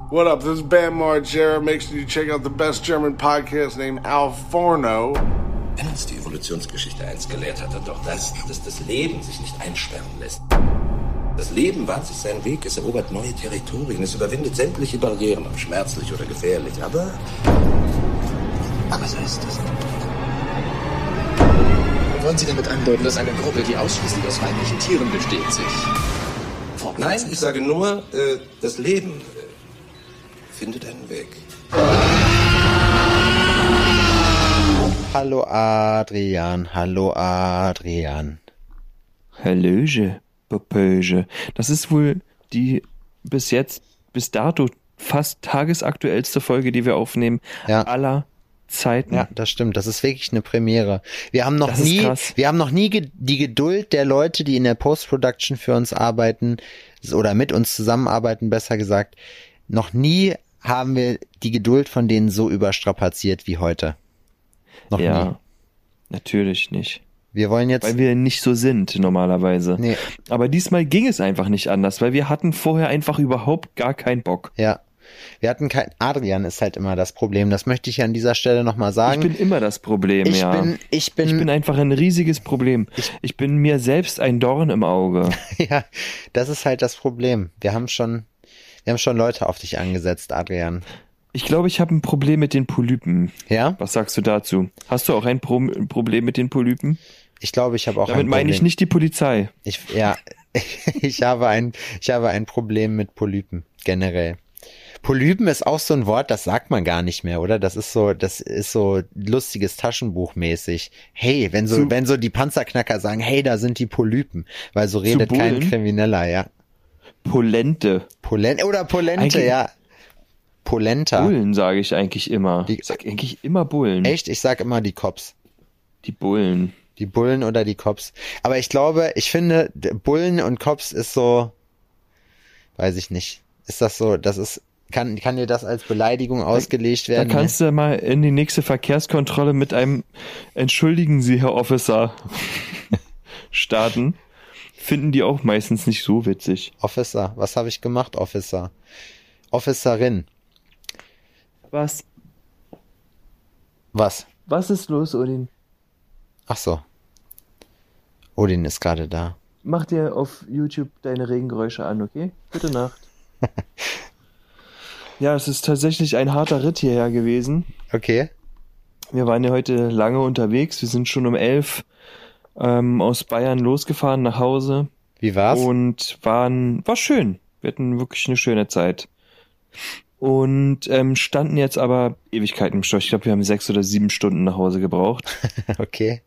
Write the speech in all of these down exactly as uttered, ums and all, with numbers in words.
What up? This is Bam Margera. Make sure you check out the best German podcast named Al Forno. Wenn uns die Evolutionsgeschichte eins gelehrt hatte, doch das, dass das Leben sich nicht einsperren lässt. Das Leben bahnt sich seinen Weg, es erobert neue Territorien, es überwindet sämtliche Barrieren, ob schmerzlich oder gefährlich. Aber, aber so ist es. Wollen Sie damit andeuten, dass eine Gruppe, die ausschließlich aus weiblichen Tieren besteht, sich fortpflanzt? Nein, ich sage nur, äh, das Leben äh, findet einen Weg. Hallo Adrian, hallo Adrian. Hallöche, Popöge. Das ist wohl die bis jetzt, bis dato fast tagesaktuellste Folge, die wir aufnehmen, ja. aller Zeiten. Ja, das stimmt. Das ist wirklich eine Premiere. Wir haben noch das nie, wir haben noch nie ge- die Geduld der Leute, die in der Post-Production für uns arbeiten oder mit uns zusammenarbeiten, besser gesagt. Noch nie haben wir die Geduld von denen so überstrapaziert wie heute. Noch ja, nie. Natürlich nicht. Wir wollen jetzt... Weil wir nicht so sind normalerweise. Nee. Aber diesmal ging es einfach nicht anders, weil wir hatten vorher einfach überhaupt gar keinen Bock. Ja. Wir hatten kein... Adrian ist halt immer das Problem. Das möchte ich an dieser Stelle nochmal sagen. Ich bin immer das Problem, ich ja. Bin, ich bin... Ich bin einfach ein riesiges Problem. Ich, ich bin mir selbst ein Dorn im Auge. Ja, das ist halt das Problem. Wir haben schon... Wir haben schon Leute auf dich angesetzt, Adrian. Ich glaube, ich habe ein Problem mit den Polypen. Ja? Was sagst du dazu? Hast du auch ein Pro- Problem mit den Polypen? Ich glaube, ich habe auch Damit ein Problem. meine ich nicht die Polizei. Ich, ja, ich habe ein, ich habe ein Problem mit Polypen, generell. Polypen ist auch so ein Wort, das sagt man gar nicht mehr, oder? Das ist so, das ist so lustiges Taschenbuchmäßig. Hey, wenn so, Zu, wenn so die Panzerknacker sagen, hey, da sind die Polypen, weil so redet kein Krimineller, ja. Polente. Polente oder Polente, eigentlich, ja. Polenta. Bullen sage ich eigentlich immer. Die, ich sag eigentlich immer Bullen. Echt? Ich sag immer die Cops. Die Bullen. Die Bullen oder die Cops. Aber ich glaube, ich finde, Bullen und Cops ist so, weiß ich nicht. Ist das so, das ist, kann, kann dir das als Beleidigung ausgelegt werden? Da kannst du mal in die nächste Verkehrskontrolle mit einem Entschuldigen Sie, Herr Officer, starten. Finden die auch meistens nicht so witzig. Officer, was habe ich gemacht, Officer? Officerin. Was? Was? Was ist los, Odin? Ach so. Odin ist gerade da. Mach dir auf YouTube deine Regengeräusche an, okay? Gute Nacht. Ja, es ist tatsächlich ein harter Ritt hierher gewesen. Okay. Wir waren ja heute lange unterwegs. Wir sind schon um elf ähm, aus Bayern losgefahren nach Hause. Wie war's? Und waren, war schön. Wir hatten wirklich eine schöne Zeit. Und ähm, standen jetzt aber Ewigkeiten im Stau. Ich glaube, wir haben sechs oder sieben Stunden nach Hause gebraucht. Okay.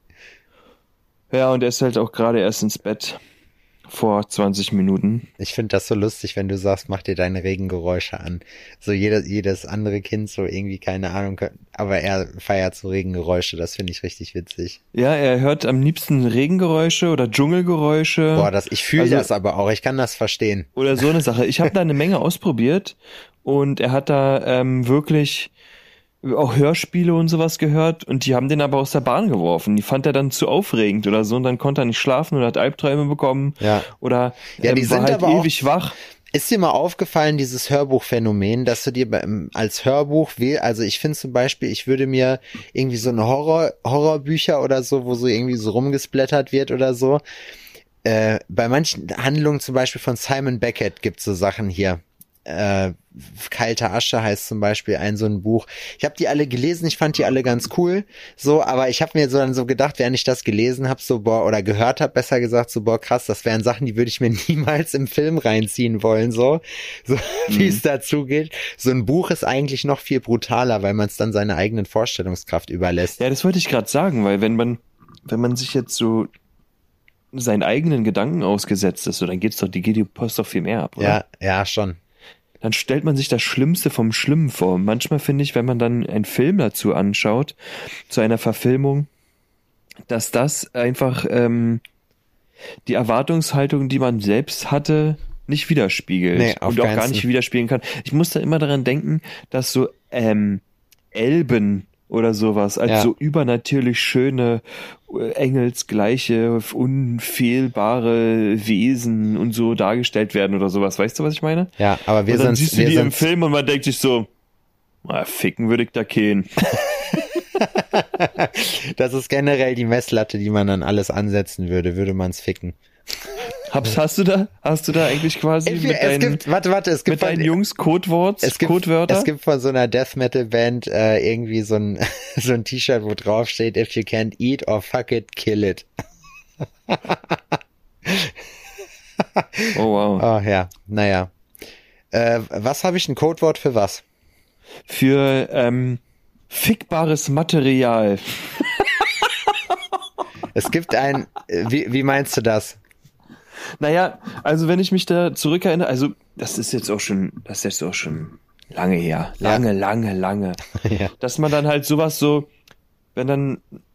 Ja, und er ist halt auch gerade erst ins Bett. Vor zwanzig Minuten. Ich finde das so lustig, wenn du sagst, mach dir deine Regengeräusche an. So jedes, jedes andere Kind so irgendwie, keine Ahnung, aber er feiert so Regengeräusche, das finde ich richtig witzig. Ja, er hört am liebsten Regengeräusche oder Dschungelgeräusche. Boah, das, ich fühle also, das aber auch, ich kann das verstehen. Oder so eine Sache. Ich habe da eine Menge ausprobiert und er hat da ähm, wirklich auch Hörspiele und sowas gehört und die haben den aber aus der Bahn geworfen. Die fand er dann zu aufregend oder so und dann konnte er nicht schlafen oder hat Albträume bekommen. Ja. Oder ja, die ähm, sind war halt aber auch, ewig wach. Ist dir mal aufgefallen, dieses Hörbuchphänomen, dass du dir als Hörbuch wählst, also ich finde zum Beispiel, ich würde mir irgendwie so eine Horror, Horrorbücher oder so, wo so irgendwie so rumgesplättert wird oder so, äh, bei manchen Handlungen zum Beispiel von Simon Beckett gibt's so Sachen hier. Äh, Kalte Asche heißt zum Beispiel ein so ein Buch. Ich habe die alle gelesen, ich fand die alle ganz cool, so, aber ich habe mir so dann so gedacht, während ich das gelesen habe, so boah, oder gehört habe, besser gesagt, so boah, krass, das wären Sachen, die würde ich mir niemals im Film reinziehen wollen, so, so mhm. wie es dazu geht. So ein Buch ist eigentlich noch viel brutaler, weil man es dann seiner eigenen Vorstellungskraft überlässt. Ja, das wollte ich gerade sagen, weil wenn man, wenn man sich jetzt so seinen eigenen Gedanken ausgesetzt ist, so, dann geht's doch, die geht die Post doch viel mehr ab, oder? Ja, ja, schon. Dann stellt man sich das Schlimmste vom Schlimmen vor. Manchmal finde ich, wenn man dann einen Film dazu anschaut, zu einer Verfilmung, dass das einfach ähm, die Erwartungshaltung, die man selbst hatte, nicht widerspiegelt. Nee, auf und auch gar keinen nicht widerspiegeln kann. Ich muss da immer daran denken, dass so ähm, Elben oder sowas, als Ja. so übernatürlich schöne, äh, engelsgleiche, unfehlbare Wesen und so dargestellt werden oder sowas. Weißt du, was ich meine? Ja, aber wir und dann sind siehst du wir die im sind Film und man denkt sich so, na, ficken würde ich da keinen. das ist generell die Messlatte, die man an alles ansetzen würde, würde man es ficken. Hab's, hast du da, hast du da eigentlich quasi Es mit deinen, gibt, warte, warte, es gibt mit deinen von- Jungs Codewort, es gibt, Codewörter? es gibt von so einer Death Metal Band äh, irgendwie so ein so ein T-Shirt, wo drauf steht, if you can't eat or fuck it, kill it. Oh wow. Oh ja, naja. Äh, was habe ich ein Codewort für was? Für ähm, fickbares Material. Es gibt ein, äh, wie, wie meinst du das? Naja, also wenn ich mich da zurückerinnere, also das ist jetzt auch schon, das ist jetzt auch schon lange her. Lange, lange, lange. Ja. Dass man dann halt sowas so, wenn dann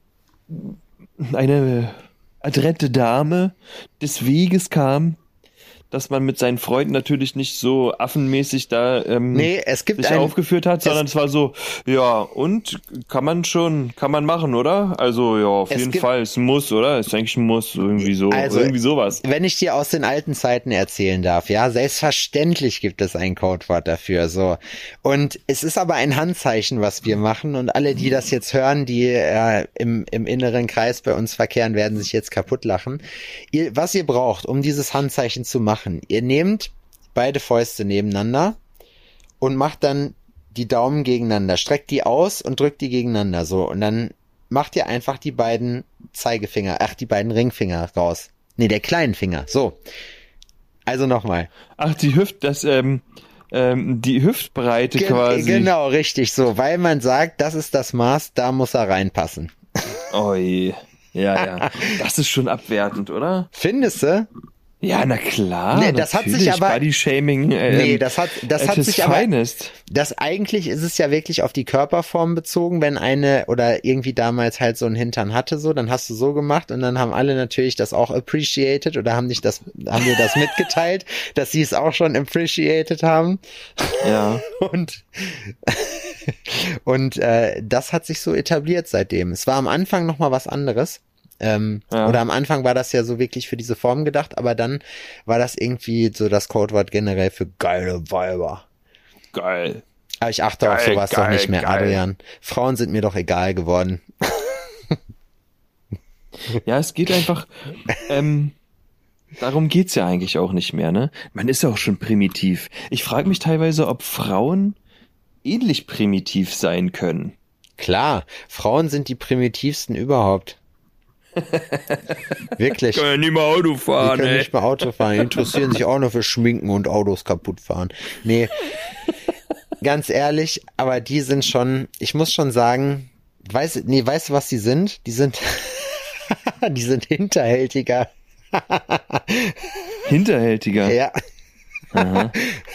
eine adrette Dame des Weges kam, dass man mit seinen Freunden natürlich nicht so affenmäßig da ähm, Nee, es gibt sich ein, aufgeführt hat, sondern es war so, ja, und kann man schon, kann man machen, oder? Also ja, auf Es jeden gibt- Fall, es muss, oder? Es ist eigentlich ein Muss, irgendwie so, Also, irgendwie sowas. wenn ich dir aus den alten Zeiten erzählen darf, ja, selbstverständlich gibt es ein Codewort dafür, so. Und es ist aber ein Handzeichen, was wir machen, und alle, die das jetzt hören, die äh, im, im inneren Kreis bei uns verkehren, werden sich jetzt kaputt lachen. Ihr, was ihr braucht, um dieses Handzeichen zu machen, ihr nehmt beide Fäuste nebeneinander und macht dann die Daumen gegeneinander, streckt die aus und drückt die gegeneinander, so. Und dann macht ihr einfach die beiden Zeigefinger, ach, die beiden Ringfinger raus. Nee, der kleinen Finger, so. Also nochmal. Ach, die Hüft, das, ähm, ähm, die Hüftbreite Ge- quasi. Genau, richtig, so. Weil man sagt, das ist das Maß, da muss er reinpassen. Oh je. Ja, ja. Das ist schon abwertend, oder? Findest du? Ja, na klar. Nee, das hat sich natürlich. aber- Body-Shaming. Ähm, Nee, das hat, das at hat its sich aber, finest. das eigentlich ist es ja wirklich auf die Körperform bezogen, wenn eine oder irgendwie damals halt so einen Hintern hatte, so, dann hast du so gemacht und dann haben alle natürlich das auch appreciated oder haben dich das, haben dir das mitgeteilt, dass sie es auch schon appreciated haben. Ja. Und, und äh, das hat sich so etabliert seitdem. Es war am Anfang noch mal was anderes. Ähm, Ja. Oder am Anfang war das ja so wirklich für diese Form gedacht, aber dann war das irgendwie so das Codewort generell für geile Weiber. Geil. Aber ich achte auf Geil, sowas doch geil, nicht mehr, geil. Adrian. Frauen sind mir doch egal geworden. Ja, es geht einfach, ähm, darum geht's ja eigentlich auch nicht mehr, ne? Man ist ja auch schon primitiv. Ich frage mich teilweise, ob Frauen ähnlich primitiv sein können. Klar, Frauen sind die primitivsten überhaupt. Wirklich. ja nicht mal Auto Die fahren, können nicht mehr Auto fahren, die interessieren sich auch nur für Schminken und Autos kaputt fahren. Nee, ganz ehrlich, aber die sind schon, ich muss schon sagen, weißt, nee, weißt du, was die sind? Die sind, die sind hinterhältiger. Hinterhältiger. Ja. Aha.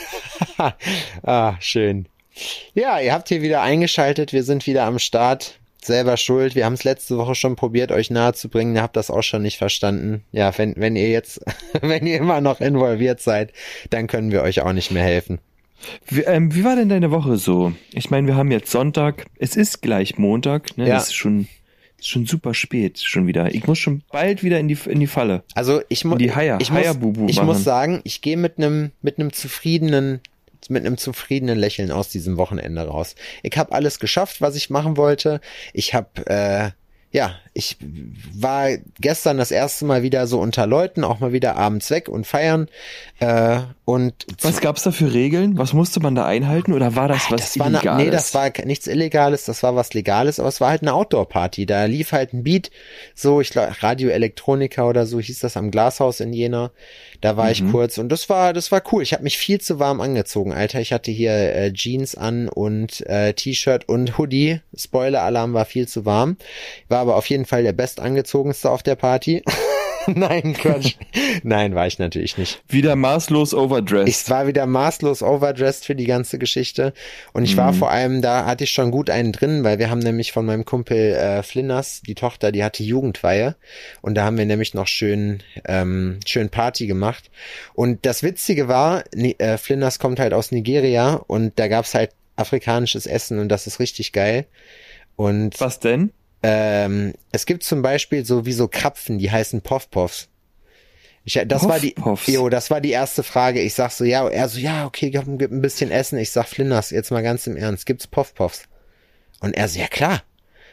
Ah, schön. Ja, ihr habt hier wieder eingeschaltet, wir sind wieder am Start. Selber schuld. Wir haben es letzte Woche schon probiert, euch nahezubringen. Ihr habt das auch schon nicht verstanden. Ja, wenn, wenn ihr jetzt, wenn ihr immer noch involviert seid, dann können wir euch auch nicht mehr helfen. Wie, ähm, wie war denn deine Woche so? Ich meine, wir haben jetzt Sonntag. Es ist gleich Montag. Ne? Ja. Es ist schon, ist schon super spät schon wieder. Ich muss schon bald wieder in die, in die Falle. Also ich muss, Die Haier- ich muss, Haierbubu ich machen. muss sagen, ich gehe mit einem, mit einem zufriedenen, mit einem zufriedenen Lächeln aus diesem Wochenende raus. Ich habe alles geschafft, was ich machen wollte. Ich habe, äh, ja, ich war gestern das erste Mal wieder so unter Leuten, auch mal wieder abends weg und feiern. Äh, und Was gab's da für Regeln? Was musste man da einhalten? Oder war das was das war eine, Illegales? nee, das war nichts Illegales, das war was Legales, aber es war halt eine Outdoor-Party. Da lief halt ein Beat, so, ich glaube, Radio Electronica oder so hieß das am Glashaus in Jena. Da war ich kurz und das war, das war cool. Ich habe mich viel zu warm angezogen, Alter. Ich hatte hier äh, Jeans an und äh, T-Shirt und Hoodie. Spoiler-Alarm, war viel zu warm. War aber auf jeden Fall der bestangezogenste auf der Party. Nein, Quatsch. Nein, war ich natürlich nicht. Wieder maßlos overdressed. Ich war wieder maßlos overdressed für die ganze Geschichte und ich war vor allem, da hatte ich schon gut einen drin, weil wir haben nämlich von meinem Kumpel äh, Flinners, die Tochter, die hatte Jugendweihe und da haben wir nämlich noch schön ähm, schön Party gemacht und das Witzige war, Ni- äh, Flinners kommt halt aus Nigeria und da gab's halt afrikanisches Essen und das ist richtig geil. Und Was denn? ähm, es gibt zum Beispiel so wie so Krapfen, die heißen Poff-Poffs. Ich, das war die, Poff-Poffs. jo, das war die erste Frage. Ich sag so, ja, er so, ja, okay, gib, gib ein bisschen Essen. Ich sag, Flinders, jetzt mal ganz im Ernst, gibt's Poff-Poffs? Und er so, ja klar.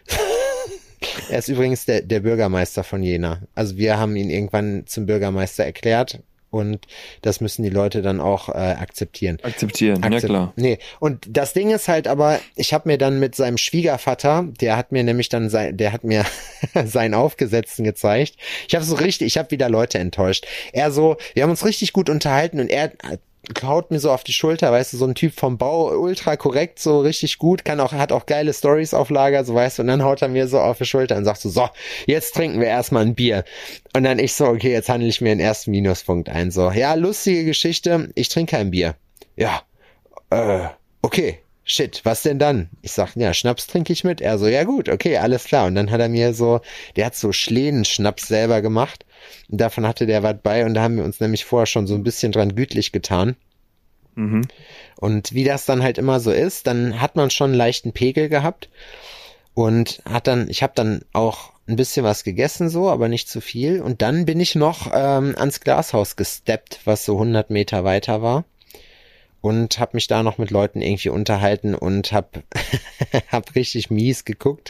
Er ist übrigens der, der Bürgermeister von Jena. Also wir haben ihn irgendwann zum Bürgermeister erklärt und das müssen die Leute dann auch äh, akzeptieren. Akzeptieren, ja Akzept- klar. Nee, und das Ding ist halt aber, ich habe mir dann mit seinem Schwiegervater, der hat mir nämlich dann sein, der hat mir seinen Aufgesetzten gezeigt. Ich habe so richtig, ich habe wieder Leute enttäuscht. Er so, wir haben uns richtig gut unterhalten und er haut mir so auf die Schulter, weißt du, so ein Typ vom Bau, ultra korrekt, so richtig gut, kann auch, hat auch geile Stories auf Lager, so weißt du, und dann haut er mir so auf die Schulter und sagt so, so, jetzt trinken wir erstmal ein Bier. Und dann ich so, okay, jetzt handle ich mir den ersten Minuspunkt ein, so, ja, lustige Geschichte, ich trinke kein Bier. Ja, äh, okay, shit, was denn dann? Ich sag, ja, Schnaps trinke ich mit. Er so, ja gut, okay, alles klar. Und dann hat er mir so, der hat so Schläden-Schnaps selber gemacht. Und davon hatte der was bei. Und da haben wir uns nämlich vorher schon so ein bisschen dran gütlich getan. Mhm. Und wie das dann halt immer so ist, dann hat man schon einen leichten Pegel gehabt. Und hat dann, ich habe dann auch ein bisschen was gegessen so, aber nicht zu viel. Und dann bin ich noch ähm, ans Glashaus gesteppt, was so hundert Meter weiter war. Und habe mich da noch mit Leuten irgendwie unterhalten und hab, hab richtig mies geguckt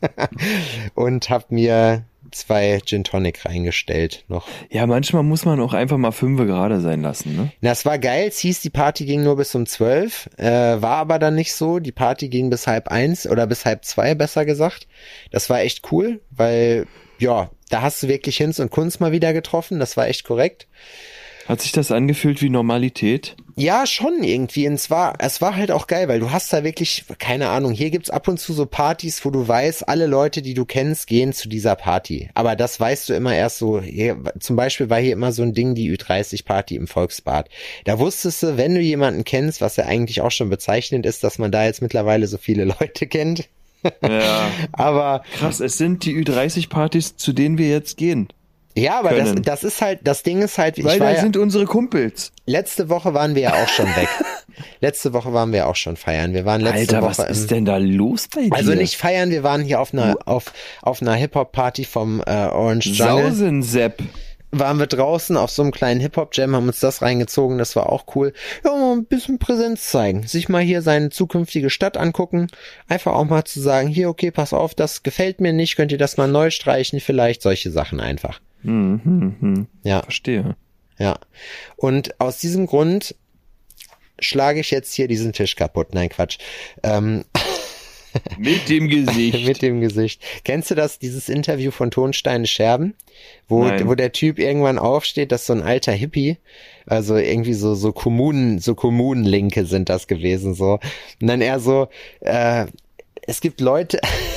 und hab mir zwei Gin Tonic reingestellt noch. Ja, manchmal muss man auch einfach mal fünfe gerade sein lassen, ne? Na, es war geil, es hieß, die Party ging nur bis um zwölf, äh, war aber dann nicht so. Die Party ging bis halb eins oder bis halb zwei, besser gesagt. Das war echt cool, weil, ja, da hast du wirklich Hinz und Kunz mal wieder getroffen, das war echt korrekt. Hat sich das angefühlt wie Normalität? Ja, schon irgendwie. Und es war, es war halt auch geil, weil du hast da wirklich, keine Ahnung, hier gibt's ab und zu so Partys, wo du weißt, alle Leute, die du kennst, gehen zu dieser Party. Aber das weißt du immer erst so, hier, zum Beispiel war hier immer so ein Ding, die Ü dreißig Party im Volksbad. Da wusstest du, wenn du jemanden kennst, was ja eigentlich auch schon bezeichnend ist, dass man da jetzt mittlerweile so viele Leute kennt. Ja. Aber Krass, es sind die Ü dreißig Partys, zu denen wir jetzt gehen. ja, aber das, können. das ist halt, das Ding ist halt, ich Weil war da ja, sind unsere Kumpels. letzte Woche waren wir ja auch schon weg. Letzte Woche waren wir auch schon feiern. Wir waren letzte Alter, Woche was im, ist denn da los bei dir? also nicht feiern, wir waren hier auf einer auf auf einer Hip-Hop-Party vom äh, Orange Jungle. Sausensepp. Waren wir draußen auf so einem kleinen Hip-Hop-Jam, haben uns das reingezogen, das war auch cool. Ja, mal ein bisschen Präsenz zeigen, sich mal hier seine zukünftige Stadt angucken, einfach auch mal zu sagen, hier, okay, pass auf, das gefällt mir nicht, könnt ihr das mal neu streichen, vielleicht solche Sachen einfach. Hm, hm, hm. Ja, Verstehe. ja. Und aus diesem Grund schlage ich jetzt hier diesen Tisch kaputt. Nein, Quatsch. Ähm, Mit dem Gesicht. mit dem Gesicht. Kennst du das, dieses Interview von Tonsteine Scherben? Wo, Nein. wo der Typ irgendwann aufsteht, das ist so ein alter Hippie, also irgendwie so, so Kommunen, so Kommunenlinke sind das gewesen, so. Und dann er so, äh, es gibt Leute,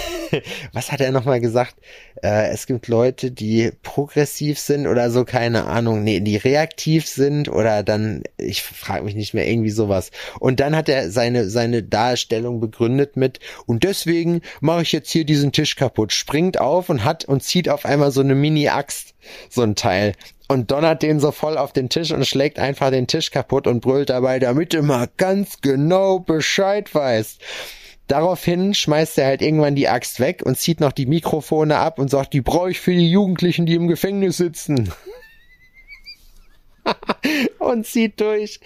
was hat er nochmal gesagt? Äh, es gibt Leute, die progressiv sind oder so, keine Ahnung, nee, die reaktiv sind oder dann, ich frage mich nicht mehr, irgendwie sowas. Und dann hat er seine seine Darstellung begründet mit, und deswegen mache ich jetzt hier diesen Tisch kaputt, springt auf und hat und zieht auf einmal so eine Mini-Axt, so ein Teil. Und donnert den so voll auf den Tisch und schlägt einfach den Tisch kaputt und brüllt dabei, damit du mal ganz genau Bescheid weißt. Daraufhin schmeißt er halt irgendwann die Axt weg und zieht noch die Mikrofone ab und sagt, die brauche ich für die Jugendlichen, die im Gefängnis sitzen. Und zieht durch.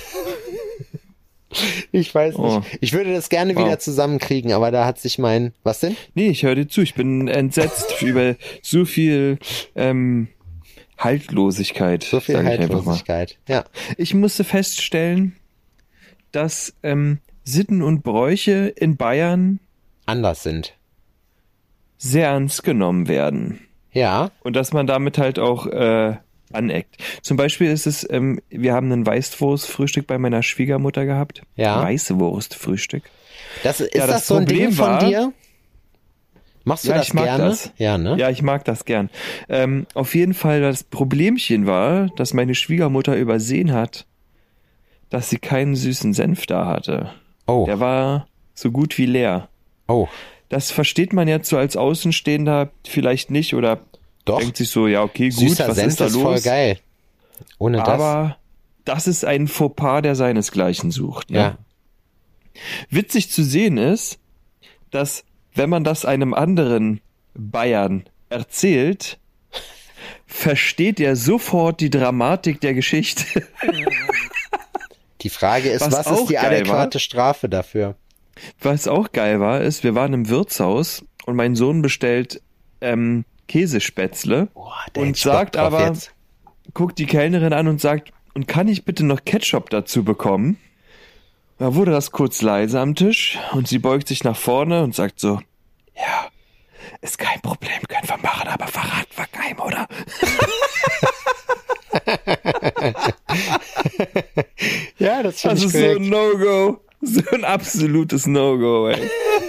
Ich weiß nicht. Oh. Ich würde das gerne Wow. wieder zusammenkriegen, aber da hat sich mein... Was denn? Nee, ich höre dir zu. Ich bin entsetzt über so viel ähm, Haltlosigkeit. So viel sag ich einfach mal. Haltlosigkeit. Ja. Ich musste feststellen, dass ähm, Sitten und Bräuche in Bayern Anders sind. sehr ernst genommen werden. Ja. Und dass man damit halt auch äh, aneckt. Zum Beispiel ist es, ähm, wir haben ein Weißwurstfrühstück bei meiner Schwiegermutter gehabt. Ja. Weißwurstfrühstück. Das, ist Ja, das, das so ein Problem Ding von war- dir? Machst du Ja, das ich mag gerne? das. Ja, ne? Ja, ich mag das gern. Ähm, auf jeden Fall, das Problemchen war, dass meine Schwiegermutter übersehen hat, dass sie keinen süßen Senf da hatte. Oh, Der war so gut wie leer. oh, Das versteht man jetzt so als Außenstehender vielleicht nicht oder doch. denkt sich so, ja, okay, gut, Süßer was Senf ist da ist los? voll geil. Ohne das. Aber das ist ein Fauxpas, der seinesgleichen sucht. Ne? Ja. Witzig zu sehen ist, dass wenn man das einem anderen Bayern erzählt, versteht er sofort die Dramatik der Geschichte. Die Frage ist, was, was ist die adäquate war, Strafe dafür? Was auch geil war, ist, wir waren im Wirtshaus und mein Sohn bestellt ähm, Käsespätzle oh, und sagt aber, jetzt. guckt die Kellnerin an und sagt, und kann ich bitte noch Ketchup dazu bekommen? Da wurde das kurz leise am Tisch und sie beugt sich nach vorne und sagt so, ja, ist kein Problem, können wir machen, aber verraten wir keinem, oder? Ja, das finde ich Das ist so ein No-Go. So ein absolutes No-Go, ey.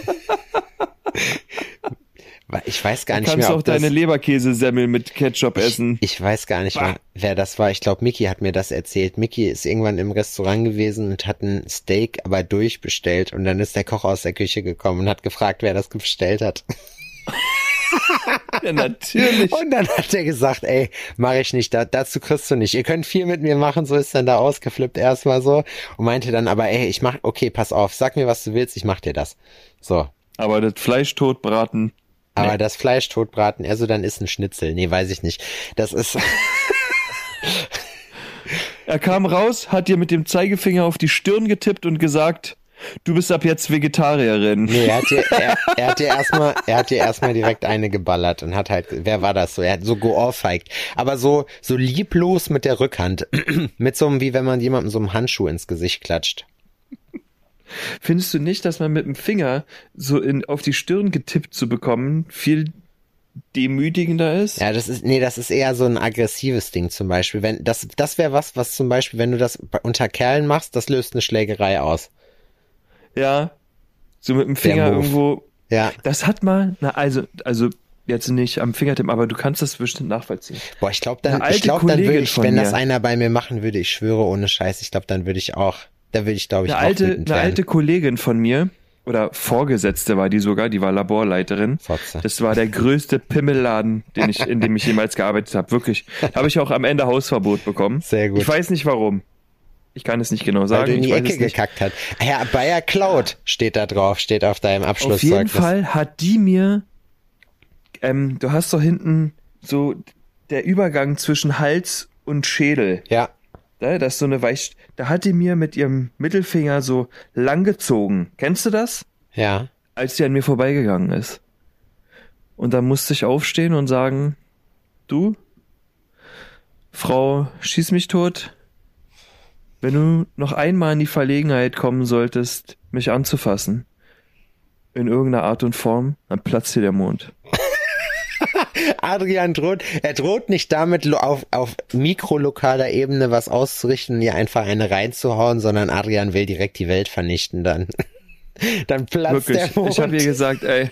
Ich weiß gar nicht mehr, ob du kannst auch deine Leberkäsesemmel mit Ketchup essen. Ich, ich weiß gar nicht mehr, wer das war. Ich glaube, Micky hat mir das erzählt. Micky ist irgendwann im Restaurant gewesen und hat ein Steak aber durchbestellt. Und dann ist der Koch aus der Küche gekommen und hat gefragt, wer das bestellt hat. Ja, natürlich. Und dann hat er gesagt, ey, mach ich nicht, da, dazu kriegst du nicht. Ihr könnt viel mit mir machen, so ist dann da ausgeflippt erstmal so. Und meinte dann aber, ey, ich mach, okay, pass auf, sag mir, was du willst, ich mach dir das. So. Aber das Fleisch totbraten. Aber nee. das Fleisch totbraten, also dann ist ein Schnitzel. Nee, weiß ich nicht. Das ist... Er kam raus, hat dir mit dem Zeigefinger auf die Stirn getippt und gesagt, du bist ab jetzt Vegetarierin. Nee, er hat dir, er, er hat dir erstmal, er hat dir erstmal direkt eine geballert und hat halt, wer war das so? Er hat so geohrfeigt. Aber so, so lieblos mit der Rückhand. Mit so einem, wie wenn man jemandem so einen Handschuh ins Gesicht klatscht. Findest du nicht, dass man mit dem Finger so in, auf die Stirn getippt zu bekommen viel demütigender ist? Ja, das ist, nee, das ist eher so ein aggressives Ding zum Beispiel. Wenn, das, das wäre was, was zum Beispiel, wenn du das unter Kerlen machst, das löst eine Schlägerei aus. Ja, so mit dem Finger irgendwo. Ja. Das hat mal, na, also, also, jetzt nicht am Fingertipp, aber du kannst das bestimmt nachvollziehen. Boah, ich glaube, dann, ich glaube, dann würde ich, wenn das einer bei mir machen würde, ich schwöre ohne Scheiß, ich glaube, dann würde ich auch, da würde ich, glaube ich, eine auch alte, wütend eine werden. alte Kollegin von mir, oder Vorgesetzte war die sogar, die war Laborleiterin. Fotze. Das war der größte Pimmelladen, den ich, in dem ich jemals gearbeitet habe. Wirklich. Da habe ich auch am Ende Hausverbot bekommen. Sehr gut. Ich weiß nicht warum. Ich kann es nicht genau sagen. Weil du in die ich Ecke gekackt hat. Herr Bayer Klaut steht da drauf, steht auf deinem Abschlusszeugnis. Auf jeden Fall hat die mir, ähm, du hast doch hinten so der Übergang zwischen Hals und Schädel. Ja. Da, das ist so eine Weich, da hat die mir mit ihrem Mittelfinger so lang gezogen. Kennst du das? Ja. Als die an mir vorbeigegangen ist. Und dann musste ich aufstehen und sagen, du, Frau, schieß mich tot. Wenn du noch einmal in die Verlegenheit kommen solltest, mich anzufassen, in irgendeiner Art und Form, dann platzt dir der Mond. Adrian droht, er droht nicht damit, auf, auf mikrolokaler Ebene was auszurichten und ihr einfach eine reinzuhauen, sondern Adrian will direkt die Welt vernichten dann. Dann platzt Wirklich. der Mond. Ich habe ihr gesagt, ey.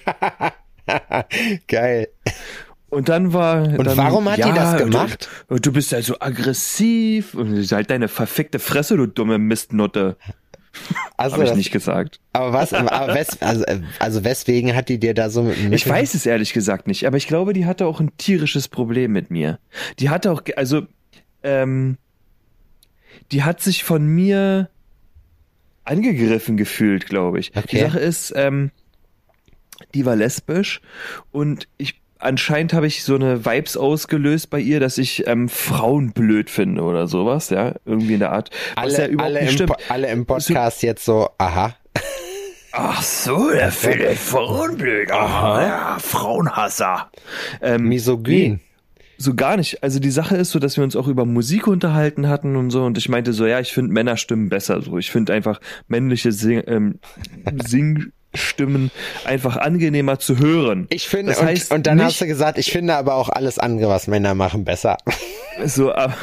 Geil. Und dann war... Und dann, warum hat ja, die das gemacht? Du, du bist ja so aggressiv und halt deine verfickte Fresse, du dumme Mistnutte. Also habe ich das, nicht gesagt. Aber was, aber wes, also, also weswegen hat die dir da so mit dem Ich weiß es ehrlich gesagt nicht, aber ich glaube, die hatte auch ein tierisches Problem mit mir. Die hatte auch, also, ähm, die hat sich von mir angegriffen gefühlt, glaube ich. Okay. Die Sache ist, ähm, die war lesbisch und ich anscheinend habe ich so eine Vibes ausgelöst bei ihr, dass ich ähm, Frauen blöd finde oder sowas, ja, irgendwie in der Art. Was alle, ja überhaupt alle, nicht im, stimmt. Po- alle im Podcast so, jetzt so, aha. Ach so, der findet Frauen blöd. Aha, ja, Frauenhasser. Ähm, Misogyn. Nee, so gar nicht. Also die Sache ist so, dass wir uns auch über Musik unterhalten hatten und so und ich meinte so, ja, ich finde Männerstimmen besser so. Ich finde einfach männliche Sing, ähm, Singstimmen einfach angenehmer zu hören. Ich finde, das heißt und, und dann nicht, hast du gesagt, ich finde aber auch alles andere, was Männer machen, besser. So, aber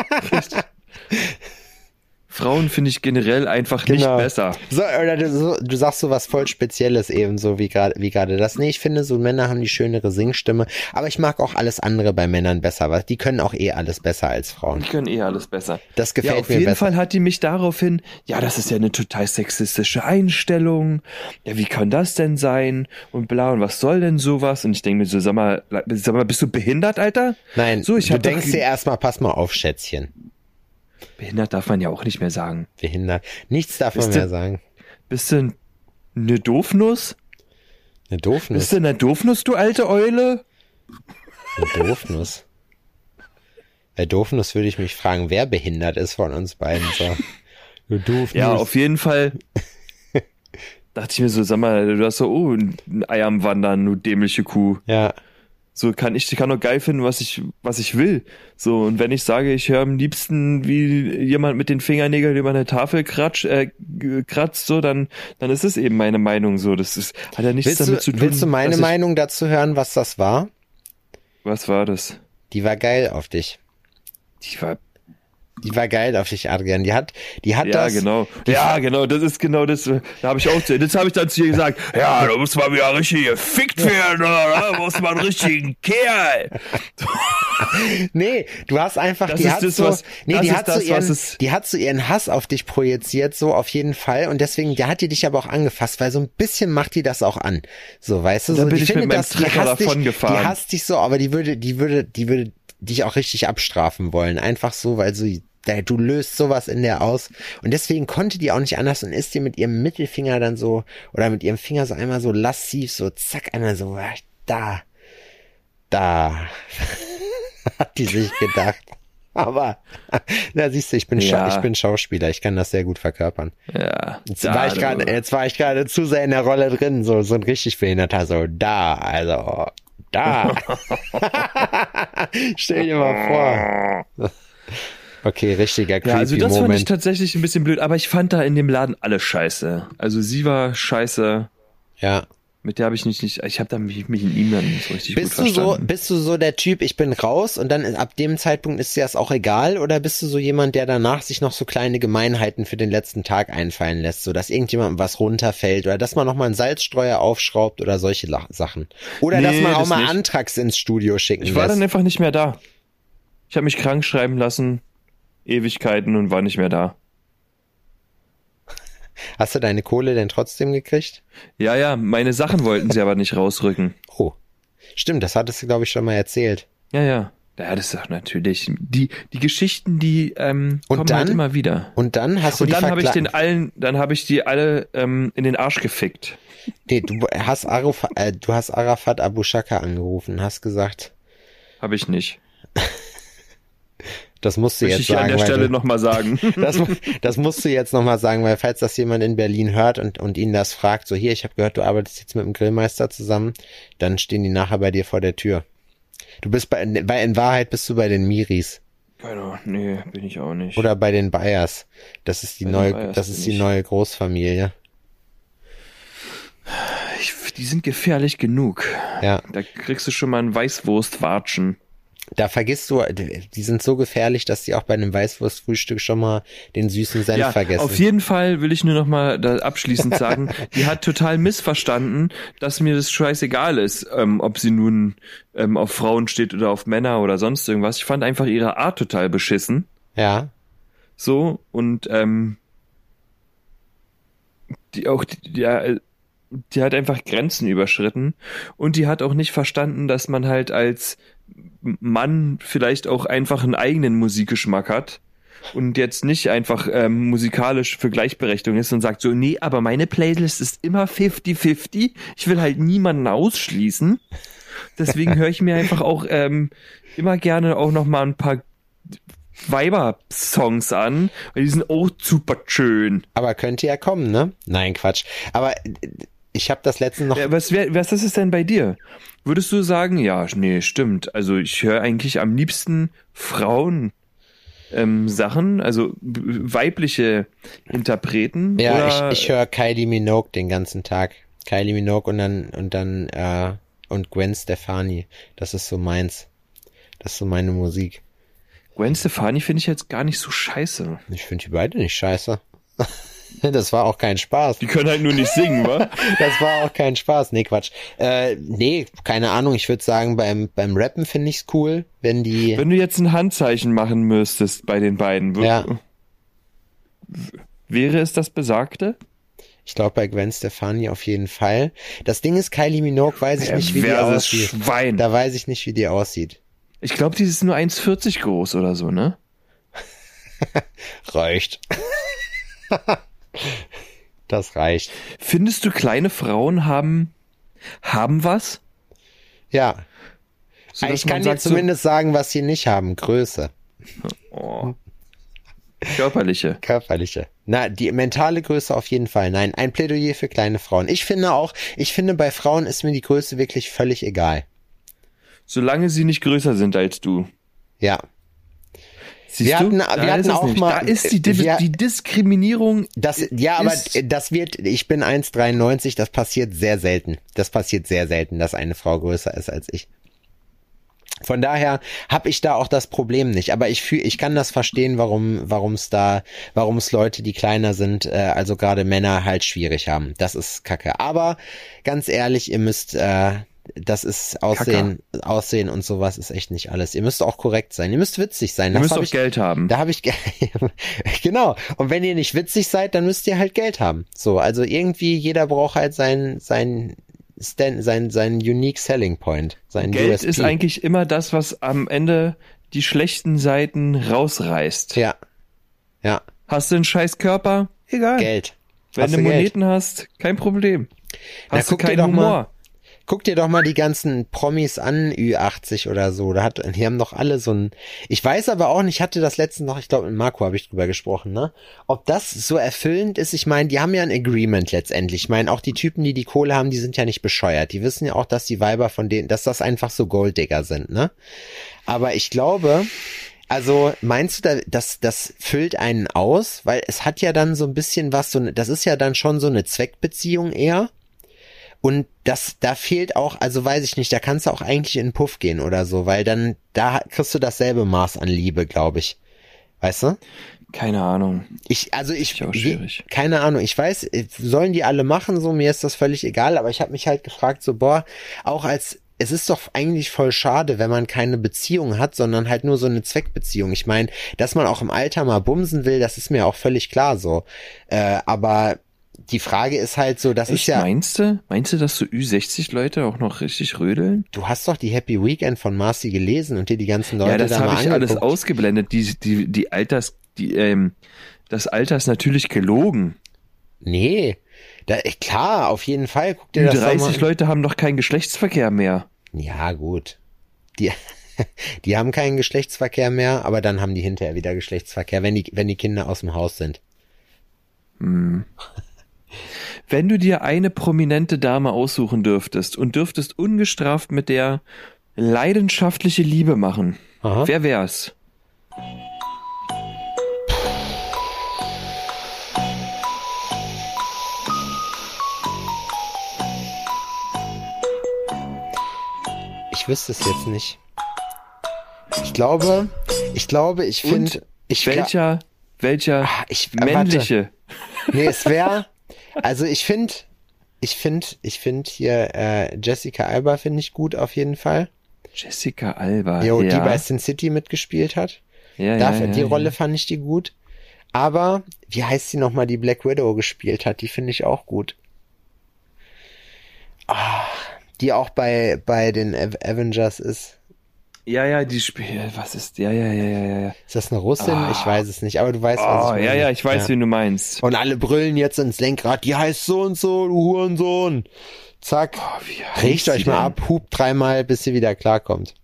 Frauen finde ich generell einfach nicht Genau. besser. So, oder du, so, du sagst so was voll Spezielles eben, so wie gerade wie gerade das. Nee, ich finde, so Männer haben die schönere Singstimme, aber ich mag auch alles andere bei Männern besser, weil die können auch eh alles besser als Frauen. Die können eh alles besser. Das gefällt ja, auf mir jeden besser. Fall hat die mich daraufhin, ja, das ist ja eine total sexistische Einstellung. Ja, wie kann das denn sein? Und bla, und was soll denn sowas? Und ich denke mir so, sag mal, sag mal, bist du behindert, Alter? Nein, so, ich du hab denkst doch, dir erstmal, pass mal auf, Schätzchen. behindert darf man ja auch nicht mehr sagen. Behindert. Nichts darf man Bist du- mehr sagen. Bist du eine Doofnuss? Eine Doofnuss. Ist denn eine Doofnuss, du alte Eule? Eine Doofnuss. Bei Doofnuss würde ich mich fragen, wer behindert ist von uns beiden. So. Du Doofnuss. Ja, auf jeden Fall dachte ich mir so, sag mal, du hast so, oh, ein Ei am Wandern, du dämliche Kuh. Ja. So kann ich, ich kann doch geil finden, was ich, was ich will. So, und wenn ich sage, ich höre am liebsten, wie jemand mit den Fingernägeln über eine Tafel kratsch, äh, kratzt, so, dann, dann ist es eben meine Meinung so. Das ist, hat ja nichts Willst damit du, zu tun. willst du meine dass ich, Meinung dazu hören, was das war? Was war das? Die war geil auf dich. Die war, Die war geil auf dich, Adrian. Die hat, die hat ja, das. genau. Ja, genau, das ist genau das. Da habe ich auch, das habe ich dann zu ihr gesagt. Ja, da muss man wieder richtig gefickt werden, oder? Da muss man einen richtigen Kerl. Nee, du hast einfach, Das die ist hat das, so, was- nee, das die ist hat das, so ihren, was es- die hat so ihren Hass auf dich projiziert, so auf jeden Fall. Und deswegen, der hat die dich aber auch angefasst, weil so ein bisschen macht die das auch an. So, weißt du, Da so, bin die ich mit findet meinem das, die Trecker hasst dich, davon die gefahren. hasst dich so, aber die würde, die würde, die würde dich auch richtig abstrafen wollen. Einfach so, weil so, da- du löst sowas in der aus. Und deswegen konnte die auch nicht anders und ist dir mit ihrem Mittelfinger dann so, oder mit ihrem Finger so einmal so lassiv, so zack, einmal so, ah, da, da, hat die sich gedacht. Aber, da siehst du, ich bin, Ja. Scha ich bin Schauspieler, ich kann das sehr gut verkörpern. Ja. Jetzt war ich gerade, jetzt war ich gerade zu sehr in der Rolle drin, so, so ein richtig Behinderter, so, da, also, da. Stell dir mal vor. Okay, richtiger creepy Ja, also das fand ich Moment. tatsächlich ein bisschen blöd, aber ich fand da in dem Laden alles scheiße. Also sie war scheiße, Ja. mit der habe ich nicht, nicht ich habe da mich, mich in ihm dann nicht so richtig Bist gut du so, verstanden. bist du so der Typ, ich bin raus und dann ab dem Zeitpunkt ist dir das auch egal, oder bist du so jemand, der danach sich noch so kleine Gemeinheiten für den letzten Tag einfallen lässt, so dass irgendjemandem was runterfällt oder dass man noch mal einen Salzstreuer aufschraubt oder solche La- Sachen? Oder Nee, dass man auch das mal nicht. Antrax ins Studio schicken Ich war lässt? dann einfach nicht mehr da. Ich habe mich krank schreiben lassen, Ewigkeiten, und war nicht mehr da. Hast du deine Kohle denn trotzdem gekriegt? Ja, ja, meine Sachen wollten sie aber nicht rausrücken. Oh. Stimmt, das hattest du, glaube ich, schon mal erzählt. Ja, ja. Ja, das ist doch natürlich. Die, die Geschichten, die ähm, Und kommen dann? halt immer wieder. Und dann hast du Und die dann habe ich verkla- den allen, dann habe ich die alle ähm, in den Arsch gefickt. Nee, du hast Arafat, äh, du hast Arafat Abu Shaka angerufen, hast gesagt, Habe ich nicht. das musst du Möchte jetzt ich an sagen, der weil Stelle du, nochmal sagen. das, das musst du jetzt nochmal sagen, weil falls das jemand in Berlin hört und, und ihn das fragt, so hier, ich habe gehört, du arbeitest jetzt mit dem Grillmeister zusammen, dann stehen die nachher bei dir vor der Tür. Du bist bei, bei in Wahrheit bist du bei den Miris Keine, nee, bin ich auch nicht. oder bei den Bayers. Das ist die Bei den neue, Bayers das bin ist die ich. neue Großfamilie. Ich, die sind gefährlich genug. Ja. Da kriegst du schon mal einen Weißwurstwatschen. Da vergisst du, die sind so gefährlich, dass die auch bei einem Weißwurstfrühstück schon mal den süßen Senf Ja, vergessen. auf jeden Fall will ich nur noch mal da abschließend sagen, die hat total missverstanden, dass mir das scheißegal ist, ähm, ob sie nun ähm, auf Frauen steht oder auf Männer oder sonst irgendwas. Ich fand einfach ihre Art total beschissen. Ja. So, und ähm, die auch, die, ja, die hat einfach Grenzen überschritten und die hat auch nicht verstanden, dass man halt als Mann vielleicht auch einfach einen eigenen Musikgeschmack hat und jetzt nicht einfach ähm, musikalisch für Gleichberechtigung ist und sagt so, nee, aber meine Playlist ist immer fifty fifty, ich will halt niemanden ausschließen, deswegen höre ich mir einfach auch ähm, immer gerne auch noch mal ein paar Weiber-Songs an, weil die sind auch super schön. Aber könnte ja kommen, ne? Nein, Quatsch. Aber äh, ich habe das letzte noch. Ja, was, wär, was ist es denn bei dir? Würdest du sagen, ja, nee, stimmt. Also ich höre eigentlich am liebsten Frauen ähm, Sachen, also b- weibliche Interpreten. Ja, oder, ich, ich höre Kylie Minogue den ganzen Tag. Kylie Minogue und dann und dann äh, und Gwen Stefani. Das ist so meins. Das ist so meine Musik. Gwen Stefani finde ich jetzt gar nicht so scheiße. Ich finde die beide nicht scheiße. Das war auch kein Spaß. Die können halt nur nicht singen, wa? Das war auch kein Spaß. Nee, Quatsch. Äh, nee, keine Ahnung. Ich würde sagen, beim beim Rappen finde ich's cool, wenn die. Wenn du jetzt ein Handzeichen machen müsstest bei den beiden, w- Ja. w- wäre es das Besagte? Ich glaube bei Gwen Stefani auf jeden Fall. Das Ding ist, Kylie Minogue weiß ich nicht, wie die Perverses aussieht. Schwein. Da weiß ich nicht, wie die aussieht. Ich glaube, die ist nur eins vierzig groß oder so, ne? Reicht. Das reicht. Findest du, kleine Frauen haben haben was. Ja. Sodass Ich kann man dir sagt so, zumindest sagen, was sie nicht haben. Größe. oh, körperliche. Körperliche. Na, die mentale Größe auf jeden Fall. Nein, ein Plädoyer für kleine Frauen. Ich finde auch, ich finde, bei Frauen ist mir die Größe wirklich völlig egal. Solange sie nicht größer sind als du. Ja. Siehst Wir du? hatten, Da wir hatten ist es auch nämlich. mal. Da ist die, Di- wir, die Diskriminierung. das, ja, aber ist- das wird, ich bin eins Komma dreiundneunzig, das passiert sehr selten. Das passiert sehr selten, dass eine Frau größer ist als ich. Von daher habe ich da auch das Problem nicht. Aber ich fühl, ich kann das verstehen, warum, warum es da, warum es Leute, die kleiner sind, äh, also gerade Männer halt schwierig haben. Das ist Kacke. Aber ganz ehrlich, ihr müsst, äh, das ist Aussehen, Aussehen und sowas ist echt nicht alles. Ihr müsst auch korrekt sein. Ihr müsst witzig sein. Du Das musst hab auch ich, Geld haben. Da habe ich, ge- genau. Und wenn ihr nicht witzig seid, dann müsst ihr halt Geld haben. So, also irgendwie jeder braucht halt sein, sein, Stand, sein, sein unique selling point, sein U Geld S P. ist eigentlich immer das, was am Ende die schlechten Seiten rausreißt. Ja. Ja. Hast du einen scheiß Körper? Egal. Geld. Wenn Hast du du Geld? Moneten hast, kein Problem. Na, Hast du guck dir keinen doch Humor? mal- Guck dir doch mal die ganzen Promis an, Ü achtzig oder so. Da hat, die haben doch alle so ein. Ich weiß aber auch nicht, ich hatte das letztens noch, ich glaube mit Marco habe ich drüber gesprochen, ne? Ob das so erfüllend ist. Ich meine, die haben ja ein Agreement letztendlich. Ich meine, auch die Typen, die die Kohle haben, die sind ja nicht bescheuert. Die wissen ja auch, dass die Weiber von denen, dass das einfach so Golddigger sind, ne? Aber ich glaube, also meinst du, da- das, das füllt einen aus? Weil es hat ja dann so ein bisschen was, so eine, das ist ja dann schon so eine Zweckbeziehung eher. Und das, da fehlt auch, also weiß ich nicht, da kannst du auch eigentlich in den Puff gehen oder so, weil dann, da kriegst du dasselbe Maß an Liebe, glaube ich. Weißt du? Keine Ahnung. Ich, also ich, Ist ja auch schwierig. keine Ahnung, ich weiß, sollen die alle machen, so, mir ist das völlig egal, aber ich habe mich halt gefragt, so, boah, auch als, es ist doch eigentlich voll schade, wenn man keine Beziehung hat, sondern halt nur so eine Zweckbeziehung. Ich meine, dass man auch im Alter mal bumsen will, das ist mir auch völlig klar so. Äh, aber die Frage ist halt so, das Echt, ist ja, meinst du? Meinst du, dass so Ü sechzig Leute auch noch richtig rödeln? du hast doch die Happy Weekend von Marcy gelesen und dir die ganzen Leute Ja, das da mal habe ich alles angeguckt. ausgeblendet. Die, die, die Alters, die, ähm, das Alter ist natürlich gelogen. Nee, da, äh, klar, auf jeden Fall, guck dir Ü das doch mal dreißig an. Leute haben doch keinen Geschlechtsverkehr mehr. Ja, gut. Die, die haben keinen Geschlechtsverkehr mehr, aber dann haben die hinterher wieder Geschlechtsverkehr, wenn die, wenn die Kinder aus dem Haus sind. Wenn du dir eine prominente Dame aussuchen dürftest und dürftest ungestraft mit der leidenschaftliche Liebe machen, Aha. wer wär's? Ich wüsste es jetzt nicht. Ich glaube, ich glaube, ich finde, ich gla- Welcher, welcher Ah, ich- äh, männliche? Nee, es wäre, also ich finde, ich finde, ich finde hier äh, Jessica Alba finde ich gut auf jeden Fall. Jessica Alba. Jo, ja. die bei Sin City mitgespielt hat. ja, Dafür, ja, die ja, Rolle ja. fand ich die gut. Aber, wie heißt sie nochmal, die Black Widow gespielt hat, die finde ich auch gut. Ah, die auch bei, bei den Av- Avengers ist. Ja, ja, die spielt, was ist, ja, ja, ja, ja, ja. Ist das eine Russin? Ah. Ich weiß es nicht, aber du weißt, was Oh, ich ja, meine. ja, ich weiß, wen du meinst. Und alle brüllen jetzt ins Lenkrad, die heißt so und so, du Hurensohn. Zack. Oh, wie heißt Regt sie euch mal denn? ab, hupt dreimal, bis sie wieder klarkommt.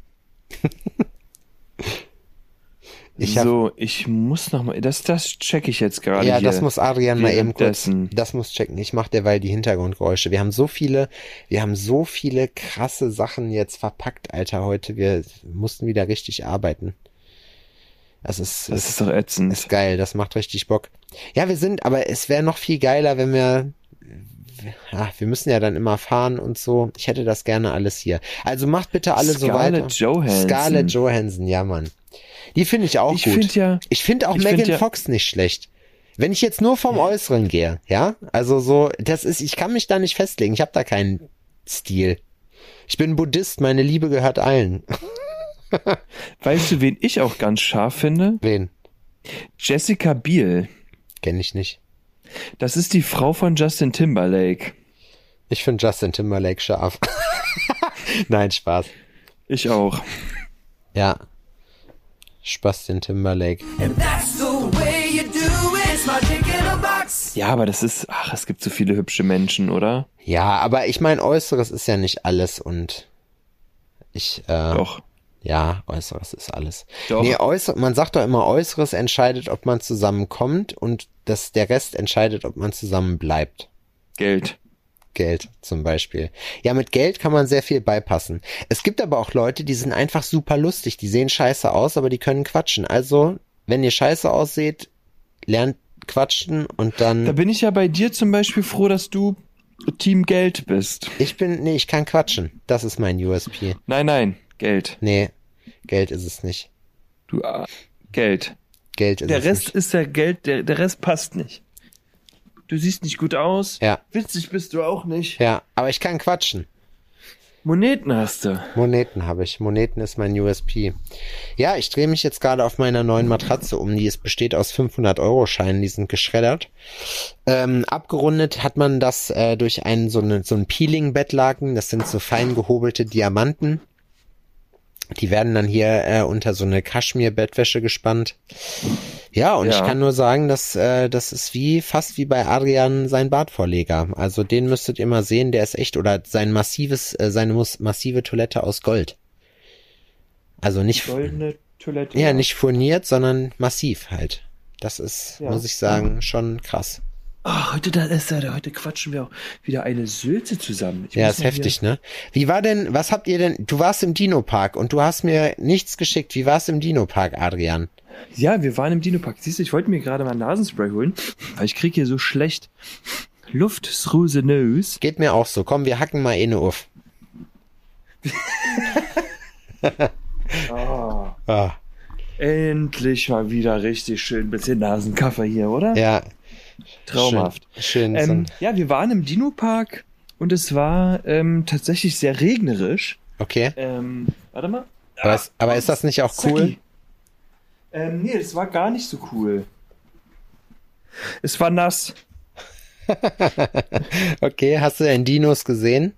Ich hab, so, ich muss noch mal, das, das check ich jetzt gerade ja, hier. das muss Adrian mal eben kurz, währenddessen. das muss checken. Ich mache derweil die Hintergrundgeräusche. Wir haben so viele, wir haben so viele krasse Sachen jetzt verpackt, Alter, heute. Wir mussten wieder richtig arbeiten. Das ist, Das ist doch ätzend. ist geil, das macht richtig Bock. Ja, wir sind, aber es wäre noch viel geiler, wenn wir, ja, wir müssen ja dann immer fahren und so. Ich hätte das gerne alles hier. Also macht bitte alle so weiter. Scarlett Johansson. Scarlett Johansson, ja, Mann. Die finde ich auch Ich gut. find ja- ich finde auch ich Megan find ja- Fox nicht schlecht. Wenn ich jetzt nur vom Äußeren gehe, ja, also so, das ist, ich kann mich da nicht festlegen. Ich habe da keinen Stil. Ich bin Buddhist, meine Liebe gehört allen. Weißt du, wen ich auch ganz scharf finde? Wen? Jessica Biel. Kenne ich nicht. Das ist die Frau von Justin Timberlake. Ich finde Justin Timberlake scharf. Nein, Spaß. Ich auch. Ja. Spaß den Timberlake. That's the way you do it. It's my dick in a box. Ja, aber das ist, ach, es gibt so viele hübsche Menschen, oder? Ja, aber ich meine, Äußeres ist ja nicht alles und ich, äh, Doch. ja, Äußeres ist alles. Doch. Nee, Äußer, man sagt doch immer, Äußeres entscheidet, ob man zusammenkommt und das, der Rest entscheidet, ob man zusammen bleibt. Geld. Geld zum Beispiel. Ja, mit Geld kann man sehr viel beipassen. Es gibt aber auch Leute, die sind einfach super lustig, die sehen scheiße aus, aber die können quatschen. Also, wenn ihr scheiße ausseht, lernt quatschen und dann... Da bin ich ja bei dir zum Beispiel froh, dass du Team Geld bist. Ich bin, nee, ich kann quatschen. Das ist mein U S P. Nein, nein, Geld. Nee, Geld ist es nicht. Du, ah, Geld. Geld ist Der es Rest nicht. ist ja Geld, der, der Rest passt nicht. Du siehst nicht gut aus. Ja. Witzig bist du auch nicht. Ja, aber ich kann quatschen. Moneten hast du. Moneten habe ich. Moneten ist mein U S P. Ja, ich drehe mich jetzt gerade auf meiner neuen Matratze um. Die ist, besteht aus fünfhundert-Euro-Scheinen, die sind geschreddert. Ähm, abgerundet hat man das äh, durch einen so, eine, so ein Peeling-Bettlaken. Das sind so fein gehobelte Diamanten. Die werden dann hier äh, unter so eine Kaschmir-Bettwäsche gespannt. Ja, und Ja. ich kann nur sagen, dass äh, das ist wie fast wie bei Adrian sein Badvorleger. Also den müsstet ihr mal sehen, der ist echt, oder sein massives, äh, seine mus- massive Toilette aus Gold. Also nicht, Goldene Toilette. ja, nicht furniert, sondern massiv halt. Das ist, Ja. muss ich sagen, schon krass. Ah, heute da ist er, heute quatschen wir auch wieder eine Sülze zusammen. Ich Ja, muss ist mal heftig, ne? Wie war denn, was habt ihr denn, du warst im Dino-Park und du hast mir nichts geschickt. Wie war's im Dino-Park, Adrian? Hier, ja, wir waren im Dino-Park. Siehst du, ich wollte mir gerade mal Nasenspray holen, weil ich krieg hier so schlecht Luft through the nose. Geht mir auch so. Komm, wir hacken mal eine auf. Ah, Ah, endlich mal wieder richtig schön bisschen Nasenkaffee hier, oder? ja. Traumhaft. Schön, schön so Ähm, ein, ja, wir waren im Dino-Park und es war ähm, tatsächlich sehr regnerisch. okay. Ähm, warte mal. Aber, ist, aber ist das nicht auch cool? Zacki. Ähm, nee, es war gar nicht so cool. Es war nass. Okay, hast du denn Dinos gesehen?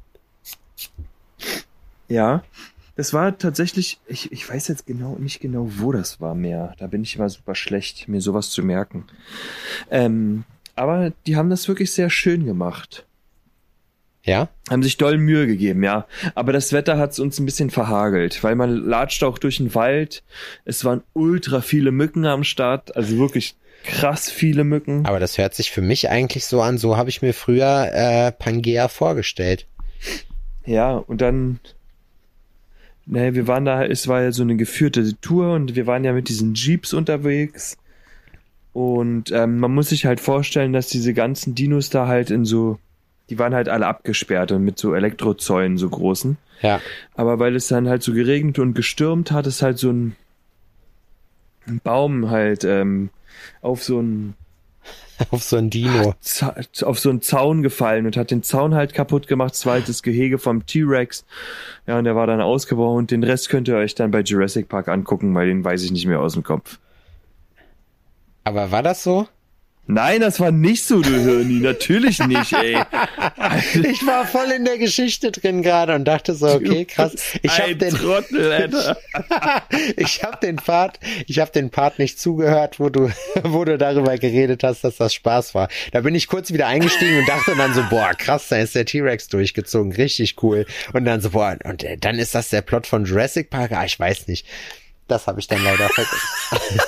Ja. Das war tatsächlich, ich, ich weiß jetzt genau nicht genau, wo das war mehr. Da bin ich immer super schlecht, mir sowas zu merken. Ähm, aber die haben das wirklich sehr schön gemacht. Ja? Haben sich doll Mühe gegeben, ja. Aber das Wetter hat es uns ein bisschen verhagelt, weil man latscht auch durch den Wald. Es waren ultra viele Mücken am Start, also wirklich krass viele Mücken. Aber das hört sich für mich eigentlich so an, so habe ich mir früher äh, Pangea vorgestellt. Ja, und dann, ne, wir waren da, es war ja so eine geführte Tour und wir waren ja mit diesen Jeeps unterwegs. Und ähm, man muss sich halt vorstellen, dass diese ganzen Dinos da halt in so, die waren halt alle abgesperrt und mit so Elektrozäunen, so großen. Ja. Aber weil es dann halt so geregnet und gestürmt hat, ist halt so ein, ein Baum halt ähm, auf so ein Auf so ein Dino. Za- auf so einen Zaun gefallen und hat den Zaun halt kaputt gemacht. Das war halt das Gehege vom T-Rex. Ja, und der war dann ausgebrochen und den Rest könnt ihr euch dann bei Jurassic Park angucken, weil den weiß ich nicht mehr aus dem Kopf. Aber war das so? Nein, das war nicht so, du Hirni. Natürlich nicht, ey. Ich war voll in der Geschichte drin gerade und dachte so, okay, krass. Ich habe Ein den Trottel, Alter. ich habe den Part, ich habe den Part nicht zugehört, wo du wo du darüber geredet hast, dass das Spaß war. Da bin ich kurz wieder eingestiegen und dachte dann so, boah, krass, da ist der T-Rex durchgezogen, richtig cool. Und dann so, boah, und dann ist das der Plot von Jurassic Park? Ah, ich weiß nicht. Das habe ich dann leider vergessen.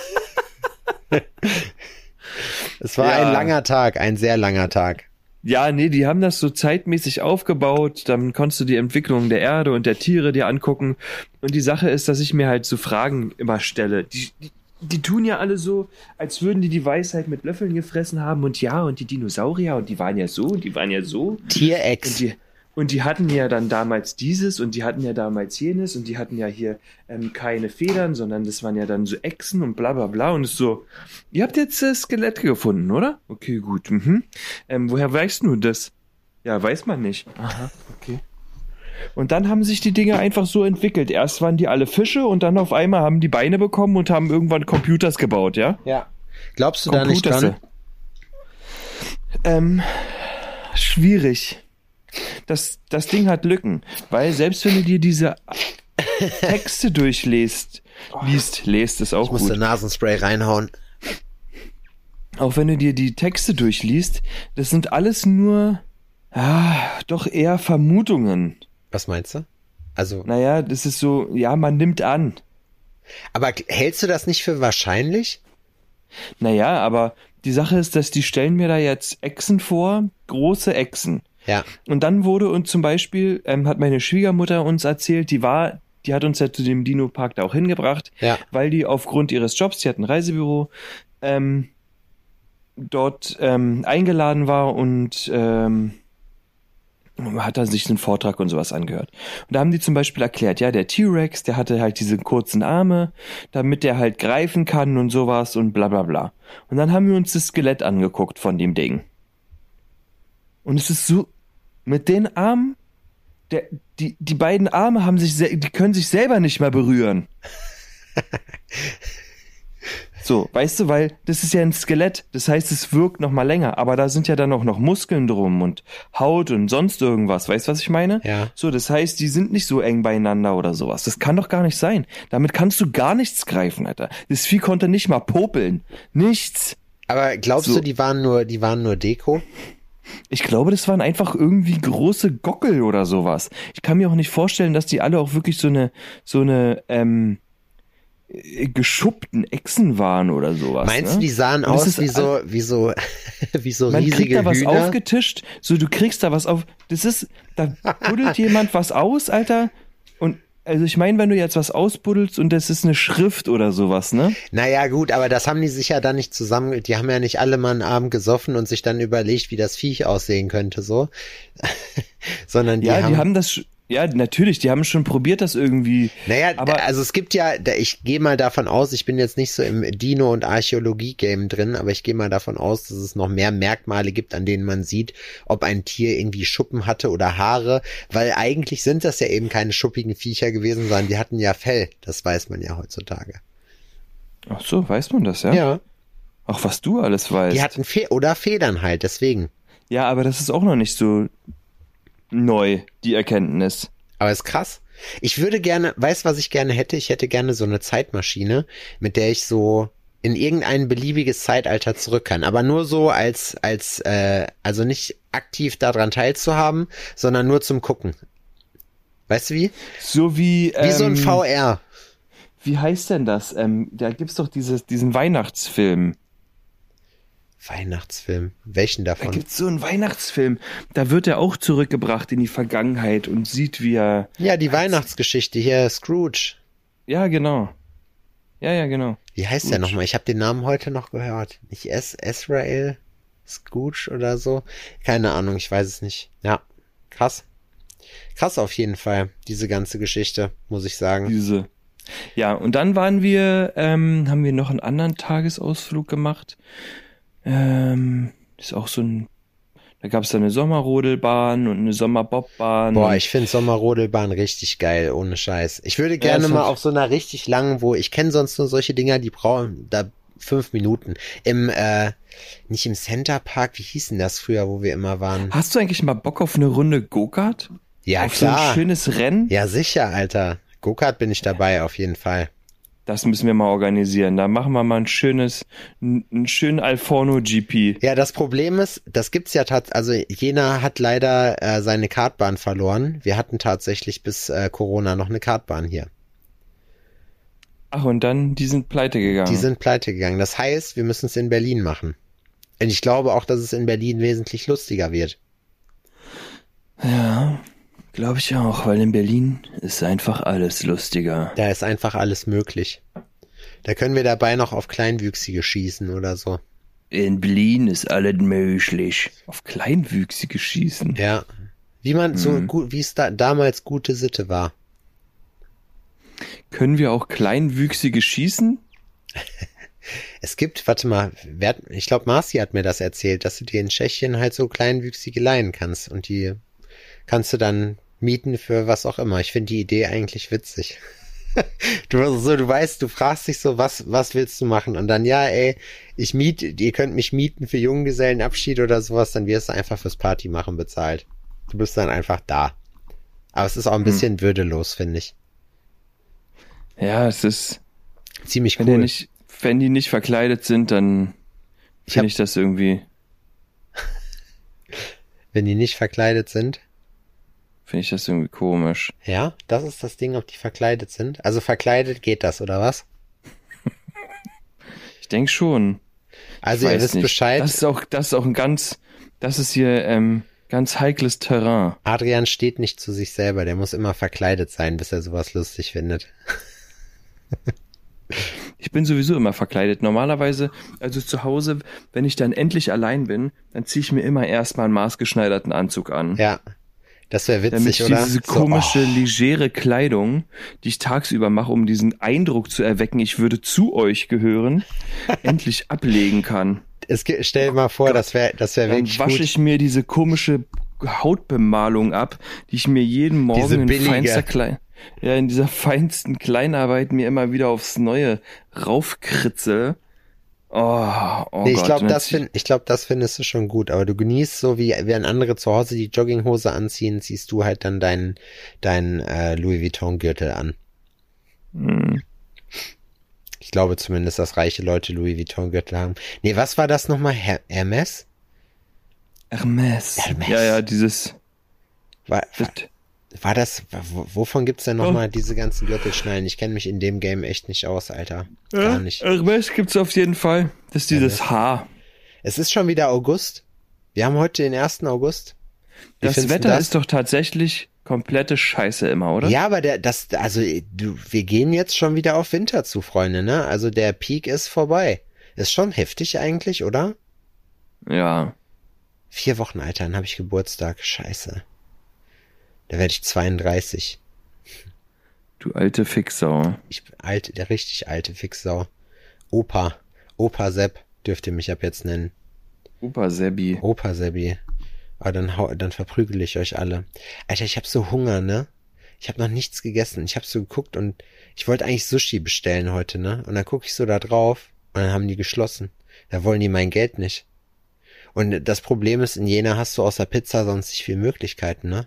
Es war Ja. ein langer Tag, ein sehr langer Tag. Ja, nee, die haben das so zeitmäßig aufgebaut, dann konntest du die Entwicklung der Erde und der Tiere dir angucken. Und die Sache ist, dass ich mir halt so Fragen immer stelle. Die, die, die tun ja alle so, als würden die die Weisheit mit Löffeln gefressen haben und ja, und die Dinosaurier und die waren ja so und die waren ja so. Und T-Rex. die, und die hatten ja dann damals dieses und die hatten ja damals jenes und die hatten ja hier ähm, keine Federn, sondern das waren ja dann so Echsen und bla bla bla und es ist so, ihr habt jetzt äh, Skelette gefunden, oder? Okay, gut. Mhm. Ähm, woher weißt du das? Ja, weiß man nicht. Aha, okay. Und dann haben sich die Dinge einfach so entwickelt. Erst waren die alle Fische und dann auf einmal haben die Beine bekommen und haben irgendwann Computers gebaut, ja? Ja. Glaubst du da nicht dran? Ähm, schwierig. Das, das Ding hat Lücken, weil selbst wenn du dir diese Texte durchliest, liest, lest ist auch Ich musste gut. Nasenspray reinhauen. auch wenn du dir die Texte durchliest, das sind alles nur, ja, doch eher Vermutungen. Was meinst du? Also, Naja, das ist so, ja, man nimmt an. aber hältst du das nicht für wahrscheinlich? Naja, aber die Sache ist, dass die stellen mir da jetzt Echsen vor, große Echsen. Ja. Und dann wurde uns zum Beispiel, ähm, hat meine Schwiegermutter uns erzählt, die war, die hat uns ja zu dem Dino-Park da auch hingebracht, Ja. weil die aufgrund ihres Jobs, die hat ein Reisebüro, ähm, dort ähm, eingeladen war und ähm, hat er sich einen Vortrag und sowas angehört. Und da haben die zum Beispiel erklärt, ja, der T-Rex, der hatte halt diese kurzen Arme, damit der halt greifen kann und sowas und bla bla bla. Und dann haben wir uns das Skelett angeguckt von dem Ding. Und es ist so, mit den Armen, der, die, die beiden Arme haben sich, se- die können sich selber nicht mehr berühren. So, weißt du, weil das ist ja ein Skelett, das heißt, es wirkt noch mal länger, aber da sind ja dann auch noch Muskeln drum und Haut und sonst irgendwas, weißt du, was ich meine? Ja. So, das heißt, die sind nicht so eng beieinander oder sowas. Das kann doch gar nicht sein. Damit kannst du gar nichts greifen, Alter. Das Vieh konnte nicht mal popeln. Nichts. Aber glaubst So. du, die waren nur, die waren nur Deko? Ich glaube, das waren einfach irgendwie große Gockel oder sowas. Ich kann mir auch nicht vorstellen, dass die alle auch wirklich so eine, so eine, ähm, äh, geschuppten Echsen waren oder sowas. Meinst ne? du, die sahen Und das aus ist wie so, wie so, wie so Man kriegt riesige da was Hühner? aufgetischt, so du kriegst da was auf, das ist, da buddelt jemand was aus, Alter, und also ich meine, wenn du jetzt was ausbuddelst und das ist eine Schrift oder sowas, ne? Naja, gut, aber das haben die sich ja dann nicht zusammen, die haben ja nicht alle mal einen Abend gesoffen und sich dann überlegt, wie das Viech aussehen könnte, so. Sondern die Ja, haben, die haben das, sch- ja, natürlich, die haben schon probiert, das irgendwie, naja, aber also es gibt ja, da- ich gehe mal davon aus, ich bin jetzt nicht so im Dino- und Archäologie-Game drin, aber ich gehe mal davon aus, dass es noch mehr Merkmale gibt, an denen man sieht, ob ein Tier irgendwie Schuppen hatte oder Haare, weil eigentlich sind das ja eben keine schuppigen Viecher gewesen, sondern die hatten ja Fell, das weiß man ja heutzutage. ach so, weiß man das, ja? Ja, Auch was du alles weißt. die hatten Fe oder Federn halt, deswegen. Ja, aber das ist auch noch nicht so neu, die Erkenntnis. Aber ist krass. Ich würde gerne, weißt was ich gerne hätte? Ich hätte gerne so eine Zeitmaschine, mit der ich so in irgendein beliebiges Zeitalter zurück kann. Aber nur so als, als, äh, also nicht aktiv daran teilzuhaben, sondern nur zum Gucken. Weißt du wie? So wie, Wie so ein ähm, V R. Wie heißt denn das? Ähm, da gibt's doch dieses, diesen Weihnachtsfilm. Weihnachtsfilm. Welchen Da davon? gibt's so einen Weihnachtsfilm. Da wird er auch zurückgebracht in die Vergangenheit und sieht, wie er. Ja, die Weihnachtsgeschichte hier, Scrooge. Ja, genau. Ja, ja, genau. Wie heißt der nochmal? Ich habe den Namen heute noch gehört. Nicht Es Esrael? Scrooge oder so? Keine Ahnung, ich weiß es nicht. Ja, krass. Krass auf jeden Fall, diese ganze Geschichte, muss ich sagen. Diese. Ja, und dann waren wir, ähm, haben wir noch einen anderen Tagesausflug gemacht. Ähm, ist auch so ein, da gab's da eine Sommerrodelbahn und eine Sommerbobbahn. Boah, und- ich finde Sommerrodelbahn richtig geil, ohne Scheiß. Ich würde gerne ist mal halt- auf so einer richtig langen, wo ich kenne sonst nur solche Dinger, die brauchen da fünf Minuten. Im, äh, nicht im Centerpark, wie hieß denn das früher, wo wir immer waren? Hast du eigentlich mal Bock auf eine Runde Go-Kart? Ja, auf so klar. ein schönes Rennen? Ja, sicher, Alter. Go-Kart bin ich dabei, auf jeden Fall. Das müssen wir mal organisieren. Da machen wir mal ein schönes, n- einen schönen Alforno G P. Ja, das Problem ist, das gibt's ja tatsächlich, also Jena hat leider äh, seine Kartbahn verloren. Wir hatten tatsächlich bis äh, Corona noch eine Kartbahn hier. Ach, und dann, die sind pleite gegangen. Die sind pleite gegangen. Das heißt, wir müssen es in Berlin machen. Und ich glaube auch, dass es in Berlin wesentlich lustiger wird. Ja, glaube ich auch, weil in Berlin ist einfach alles lustiger. Da ist einfach alles möglich. Da können wir dabei noch auf Kleinwüchsige schießen oder so. In Berlin ist alles möglich. Auf Kleinwüchsige schießen. Ja. Wie man so Mhm. gut, wie es da damals gute Sitte war. Können wir auch Kleinwüchsige schießen? Es gibt, warte mal, wer, ich glaube, Marci hat mir das erzählt, dass du dir in Tschechien halt so Kleinwüchsige leihen kannst und die kannst du dann mieten für was auch immer. Ich finde die Idee eigentlich witzig. Du so, du weißt, du fragst dich so, was, was willst du machen? Und dann, ja, ey, ich miete, ihr könnt mich mieten für Junggesellenabschied oder sowas, dann wirst du einfach fürs Party machen bezahlt. Du bist dann einfach da. Aber es ist auch ein bisschen hm. würdelos, finde ich. Ja, es ist ziemlich wenn cool. Die nicht, wenn die nicht verkleidet sind, dann finde ich das irgendwie, wenn die nicht verkleidet sind. finde ich das irgendwie komisch. Ja, das ist das Ding, ob die verkleidet sind. Also verkleidet geht das, oder was? Ich denke schon. Also Ich ihr weiß wisst nicht. Bescheid. Das ist auch, das ist auch ein ganz, das ist hier ähm, ganz heikles Terrain. Adrian steht nicht zu sich selber. Der muss immer verkleidet sein, bis er sowas lustig findet. Ich bin sowieso immer verkleidet. Normalerweise, also zu Hause, wenn ich dann endlich allein bin, dann ziehe ich mir immer erstmal einen maßgeschneiderten Anzug an. Ja, das wäre Damit witzig, ich oder? diese So, komische, oh. legere Kleidung, die ich tagsüber mache, um diesen Eindruck zu erwecken, ich würde zu euch gehören, endlich ablegen kann. Es, ge- stell dir mal vor, das wäre das wär Dann wirklich wasche gut. ich mir diese komische Hautbemalung ab, die ich mir jeden Morgen Diese in billige. feinster Klein, ja, in dieser feinsten Kleinarbeit mir immer wieder aufs Neue raufkritzel. Oh, oh Nee, ich Gott. glaube, und dann das, zieh- find, ich glaub, das findest du schon gut. Aber du genießt so, wie während andere zu Hause die Jogginghose anziehen, ziehst du halt dann deinen dein, äh, Louis Vuitton-Gürtel an. Hm. Ich glaube zumindest, dass reiche Leute Louis Vuitton-Gürtel haben. Nee, was war das nochmal? Her- Hermes? Hermes. Hermes. Ja, ja, dieses. War, das, war das, w- wovon gibt's denn nochmal diese ganzen Gürtelschnallen? Ich kenne mich in dem Game echt nicht aus, Alter. Gar nicht. Hermes gibt's auf jeden Fall. Das ist dieses Hermes. Haar. Es ist schon wieder August. Wir haben heute den ersten August. Wie Das findest du Wetter das? ist doch tatsächlich komplette Scheiße immer, oder? Ja, aber der, das, also, du, wir gehen jetzt schon wieder auf Winter zu, Freunde, ne? Also der Peak ist vorbei. Ist schon heftig eigentlich, oder? Ja. Vier Wochen, Alter, dann habe ich Geburtstag. Scheiße. Da werde ich zweiunddreißig. Du alte Fixsau. Ich bin alt, der richtig alte Fixsau. Opa. Opa Sepp dürft ihr mich ab jetzt nennen. Opa Sebi. Opa Seppi. Aber dann, hau, dann verprügel ich euch alle. Alter, ich hab so Hunger, ne? Ich habe noch nichts gegessen. Ich habe so geguckt und ich wollte eigentlich Sushi bestellen heute, ne? Und dann gucke ich so da drauf und dann haben die geschlossen. Da wollen die mein Geld nicht. Und das Problem ist, in Jena hast du außer Pizza sonst nicht viele Möglichkeiten, ne?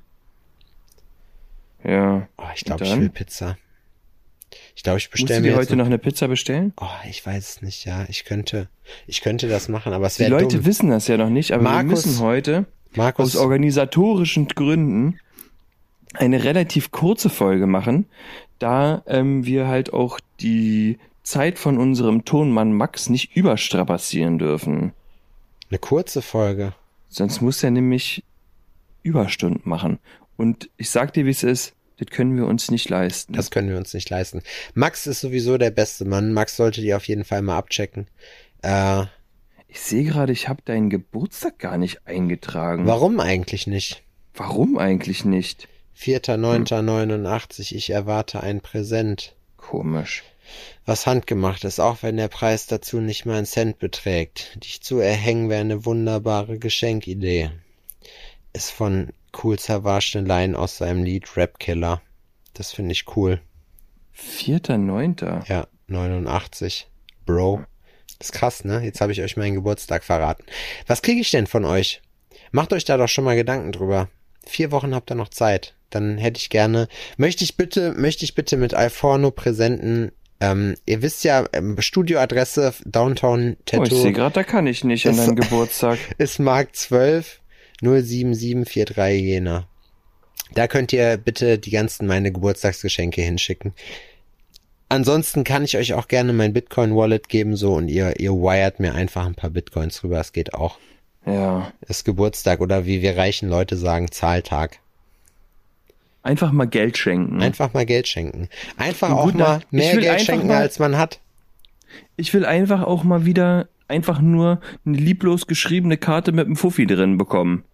Ja. Oh, ich glaube, Und ich dann? will Pizza. Ich glaube, ich Musst du bestelle mir dir jetzt heute noch eine Pizza bestellen? Oh, ich weiß es nicht, ja. Ich könnte, ich könnte das machen, aber es Die wäre Leute dumm. wissen das ja noch nicht, aber Markus- wir müssen heute Markus, aus organisatorischen Gründen eine relativ kurze Folge machen, da ähm, wir halt auch die Zeit von unserem Tonmann Max nicht überstrapazieren dürfen. eine kurze Folge. Sonst muss er nämlich Überstunden machen. Und ich sag dir, wie es ist, das können wir uns nicht leisten. Das können wir uns nicht leisten. Max ist sowieso der beste Mann. Max sollte die auf jeden Fall mal abchecken. Äh, Ich sehe gerade, ich habe deinen Geburtstag gar nicht eingetragen. warum eigentlich nicht? Warum eigentlich nicht? vierter neunter neunundachtzig, ich erwarte ein Präsent. Komisch. Was handgemacht ist, auch wenn der Preis dazu nicht mal einen Cent beträgt. Dich zu erhängen wäre eine wunderbare Geschenkidee. Ist von Cool Savage eine Line aus seinem Lied Rap Killer. Das finde ich cool. vierter neunter Ja, neunundachtzig. Bro. Das ist krass, ne? Jetzt habe ich euch meinen Geburtstag verraten. Was kriege ich denn von euch? Macht euch da doch schon mal Gedanken drüber. Vier Wochen habt ihr noch Zeit. Dann hätte ich gerne, möchte ich bitte, möchte ich bitte mit Alforno Präsenten, ähm, ihr wisst ja, ähm, Studioadresse Downtown Oh, Tattoo ich sehe gerade, da kann ich nicht an Ist- deinem Geburtstag. ist Mark zwölf null sieben sieben vier drei Jena. Da könnt ihr bitte die ganzen meine Geburtstagsgeschenke hinschicken. Ansonsten kann ich euch auch gerne mein Bitcoin-Wallet geben, so, und ihr, ihr wired mir einfach ein paar Bitcoins rüber. Es geht auch. Ja. Ist Geburtstag oder wie wir reichen Leute sagen, Zahltag. Einfach mal Geld schenken. Einfach mal Geld schenken. Einfach Und auch gut, mal ich mehr will Geld einfach schenken, mal- als man hat. Ich will einfach auch mal wieder einfach nur eine lieblos geschriebene Karte mit einem Fuffi drin bekommen.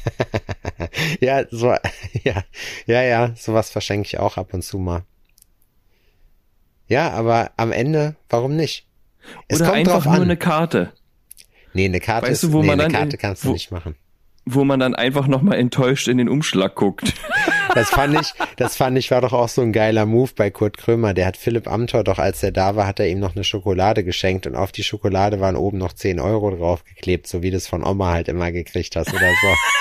Ja, so, ja, ja, ja, sowas verschenke ich auch ab und zu mal. Ja, aber am Ende, warum nicht? Es Oder kommt einfach drauf nur an. eine Karte, Nee, eine Karte Weißt ist, du, wo nee, man eine dann Karte in- kannst du wo- nicht machen. wo man dann einfach nochmal enttäuscht in den Umschlag guckt. Das fand ich, das fand ich, war doch auch so ein geiler Move bei Kurt Krömer. Der hat Philipp Amthor doch, als er da war, hat er ihm noch eine Schokolade geschenkt und auf die Schokolade waren oben noch zehn Euro draufgeklebt, so wie du es von Oma halt immer gekriegt hast oder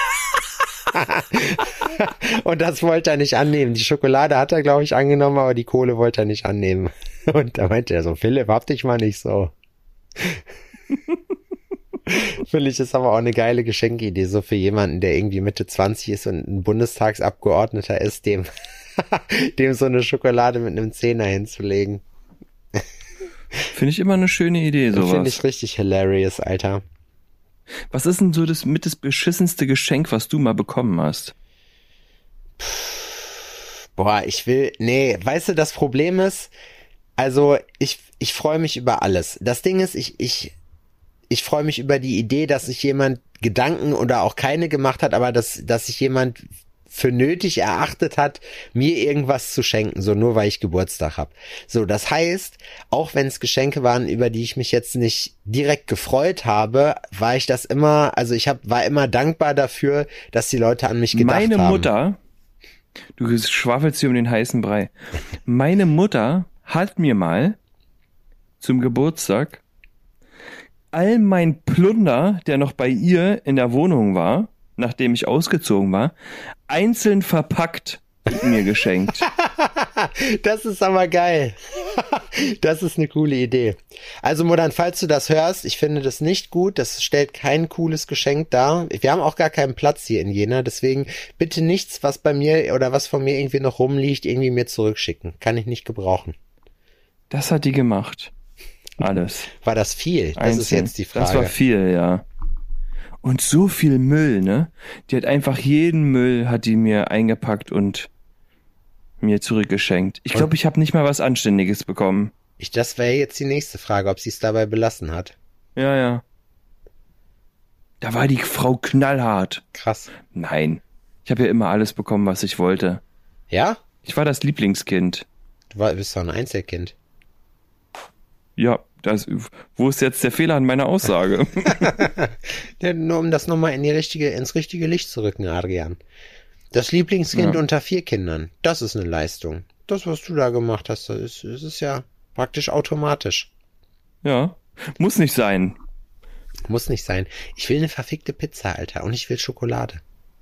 so. Und das wollte er nicht annehmen. Die Schokolade hat er, glaube ich, angenommen, aber die Kohle wollte er nicht annehmen. Und da meinte er so, Philipp, hab dich mal nicht so. Finde ich, ist aber auch eine geile Geschenkidee, so für jemanden, der irgendwie Mitte zwanzig ist und ein Bundestagsabgeordneter ist, dem, dem so eine Schokolade mit einem Zehner hinzulegen. Finde ich immer eine schöne Idee, sowas. Finde ich richtig hilarious, Alter. Was ist denn so das mit das beschissenste Geschenk, was du mal bekommen hast? Boah, ich will, nee, weißt du, das Problem ist, also ich, ich freue mich über alles. Das Ding ist, ich, ich, ich freue mich über die Idee, dass sich jemand Gedanken oder auch keine gemacht hat, aber dass, dass sich jemand für nötig erachtet hat, mir irgendwas zu schenken, so nur weil ich Geburtstag habe. So, das heißt, auch wenn es Geschenke waren, über die ich mich jetzt nicht direkt gefreut habe, war ich das immer, also ich hab, war immer dankbar dafür, dass die Leute an mich gedacht Meine haben. Mutter, du schwafelst hier um den heißen Brei. Meine Mutter hat mir mal zum Geburtstag all mein Plunder, der noch bei ihr in der Wohnung war, nachdem ich ausgezogen war, einzeln verpackt mir geschenkt. Das ist aber geil. Das ist eine coole Idee. Also Modern, falls du das hörst, ich finde das nicht gut. Das stellt kein cooles Geschenk dar. Wir haben auch gar keinen Platz hier in Jena. Deswegen bitte nichts, was bei mir oder was von mir irgendwie noch rumliegt, irgendwie mir zurückschicken. Kann ich nicht gebrauchen. Das hat die gemacht. Alles. War das viel? Das Einzeln. ist jetzt die Frage. Das war viel, ja. Und so viel Müll, ne? Die hat einfach jeden Müll, hat die mir eingepackt und mir zurückgeschenkt. Ich glaube, ich habe nicht mal was Anständiges bekommen. Ich, das wäre jetzt die nächste Frage, ob sie es dabei belassen hat. Ja, ja. Da war die Frau knallhart. Krass. Nein. Ich habe ja immer alles bekommen, was ich wollte. Ja? Ich war das Lieblingskind. Du war, bist doch ein Einzelkind. Ja, das, wo ist jetzt der Fehler an meiner Aussage? Ja, nur um das nochmal in die richtige, ins richtige Licht zu rücken, Adrian. Das Lieblingskind Ja. unter vier Kindern, das ist eine Leistung. Das, was du da gemacht hast, das ist, das ist ja praktisch automatisch. Ja, muss nicht sein. Muss nicht sein. Ich will eine verfickte Pizza, Alter, und ich will Schokolade.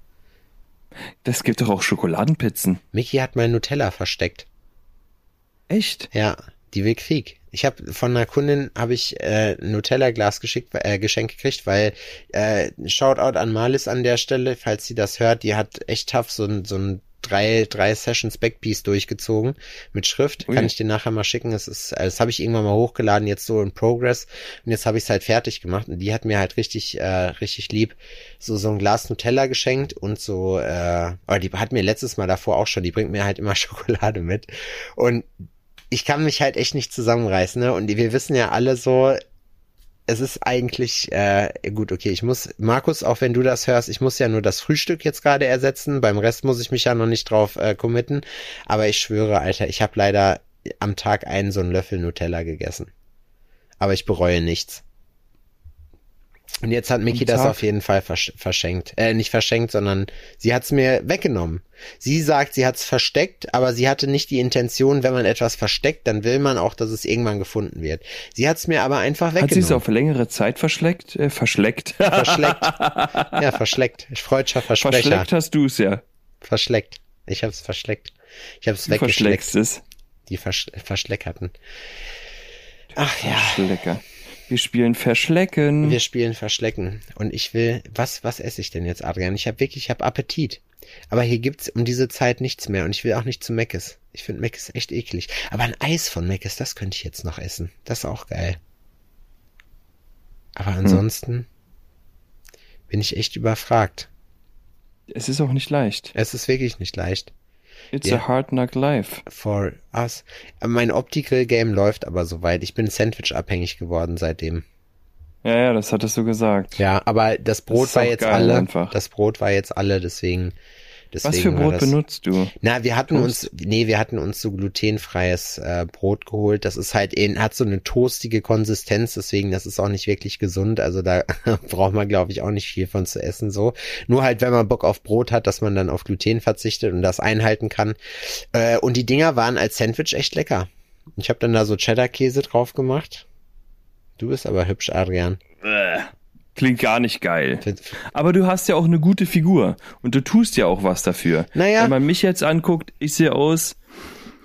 Das gibt doch auch Schokoladenpizzen. Micky hat mein Nutella versteckt. Echt? Ja, die will Krieg. Ich habe von einer Kundin habe ich äh, ein Nutella-Glas geschickt, äh, geschenkt gekriegt, weil äh, Shoutout an Marlis an der Stelle, falls sie das hört, die hat echt tough so ein so ein drei drei Sessions Backpiece durchgezogen mit Schrift. Ui. Kann ich dir nachher mal schicken. Es ist, äh, das habe ich irgendwann mal hochgeladen, jetzt so in Progress und jetzt habe ich es halt fertig gemacht und die hat mir halt richtig äh, richtig lieb so so ein Glas Nutella geschenkt und so. Äh, oder die hat mir letztes Mal davor auch schon. Die bringt mir halt immer Schokolade mit und ich kann mich halt echt nicht zusammenreißen, ne? Und wir wissen ja alle so, es ist eigentlich, äh, gut, okay, ich muss, Markus, auch wenn du das hörst, ich muss ja nur das Frühstück jetzt gerade ersetzen, beim Rest muss ich mich ja noch nicht drauf äh, committen, aber ich schwöre, Alter, ich habe leider am Tag einen so einen Löffel Nutella gegessen. Aber ich bereue nichts. Und jetzt hat Micky das auf jeden Fall versch- verschenkt. Äh, nicht verschenkt, sondern sie hat's mir weggenommen. Sie sagt, sie hat's versteckt, aber sie hatte nicht die Intention, wenn man etwas versteckt, dann will man auch, dass es irgendwann gefunden wird. Sie hat's mir aber einfach weggenommen. Hat sie es auf längere Zeit verschleckt? Äh, verschleckt. Verschleckt. Ja, verschleckt. Freudscher Versprecher. Verschleckt hast du es ja. Verschleckt. Ich hab's verschleckt. Ich hab's Du weggeschleckt. verschleckst es. Die Versch- Verschleckerten. Ach ja. Schlecker. Wir spielen Verschlecken. Wir spielen Verschlecken. Und ich will, was, was esse ich denn jetzt, Adrian? Ich habe wirklich, ich habe Appetit. Aber hier gibt's um diese Zeit nichts mehr und ich will auch nicht zu Meckes. Ich finde Meckes echt eklig. Aber ein Eis von Meckes, das könnte ich jetzt noch essen. Das ist auch geil. Aber ansonsten hm. bin ich echt überfragt. Es ist auch nicht leicht. Es ist wirklich nicht leicht. It's Ja. a hard knock life. For us. Mein Optical Game läuft aber soweit. Ich bin Sandwich-abhängig geworden seitdem. Ja, ja, das hattest du gesagt. Ja, aber das Brot ist war auch jetzt geil alle. einfach. Das Brot war jetzt alle, deswegen. deswegen Was für war Brot das, benutzt du? Na, wir hatten Toast? uns, nee, wir hatten uns so glutenfreies äh, Brot geholt. Das ist halt, in, hat so eine toastige Konsistenz, deswegen, das ist auch nicht wirklich gesund. Also da braucht man, glaube ich, auch nicht viel von zu essen. So, nur halt, wenn man Bock auf Brot hat, dass man dann auf Gluten verzichtet und das einhalten kann. Äh, und die Dinger waren als Sandwich echt lecker. Ich habe dann da so Cheddar-Käse drauf gemacht. Du bist aber hübsch, Adrian. Klingt gar nicht geil. Aber du hast ja auch eine gute Figur und du tust ja auch was dafür. Naja. Wenn man mich jetzt anguckt, ich sehe aus...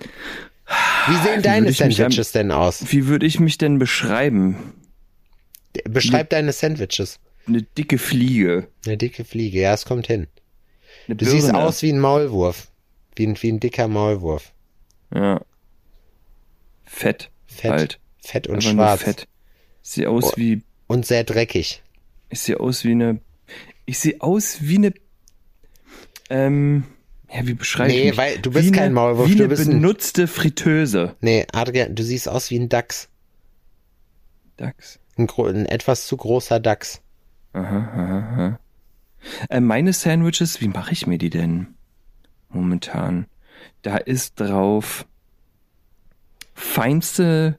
Wie sehen Wie deine würde ich mich Sandwiches denn aus? Wie würde ich mich denn beschreiben? Beschreib deine Sandwiches. Eine dicke Fliege. Eine dicke Fliege, ja, es kommt hin. Eine Du Birne. siehst aus wie ein Maulwurf. Wie ein, wie ein dicker Maulwurf. Ja. Fett. Fett. Halt. Fett und Einfach nur schwarz. fett. Ich sehe aus Oh. wie... Und sehr dreckig. Ich sehe aus wie eine... Ich sehe aus wie eine... Ähm... Ja, wie beschreibe ich Nee, mich? weil du bist wie kein eine, Maulwurf, Wie du eine bist ein- benutzte Fritteuse. Nee, Adrian, du siehst aus wie ein Dachs. Dachs. Ein, gro- ein etwas zu großer Dachs. Aha, aha, aha. Äh, meine Sandwiches, wie mache ich mir die denn momentan? Da ist drauf feinste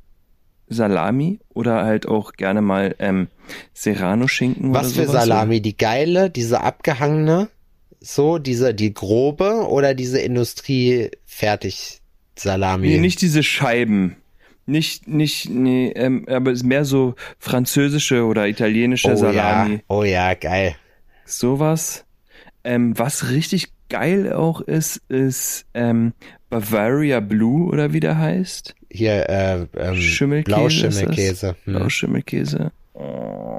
Salami oder halt auch gerne mal ähm, Serrano-Schinken oder Was für sowas. Salami? Die geile, diese abgehangene, so, diese, die grobe oder diese Industrie-Fertig-Salami? Nee, nicht diese Scheiben. Nicht, nicht, nee, ähm, aber es ist mehr so französische oder italienische oh Salami. ja, oh ja, geil. Sowas. Ähm, was richtig geil auch ist, ist ähm, Bavaria Blue oder wie der heißt. Hier, äh, ähm, Schimmelkäse. Blauschimmelkäse. Ist das? Hm. Blauschimmelkäse. Oh,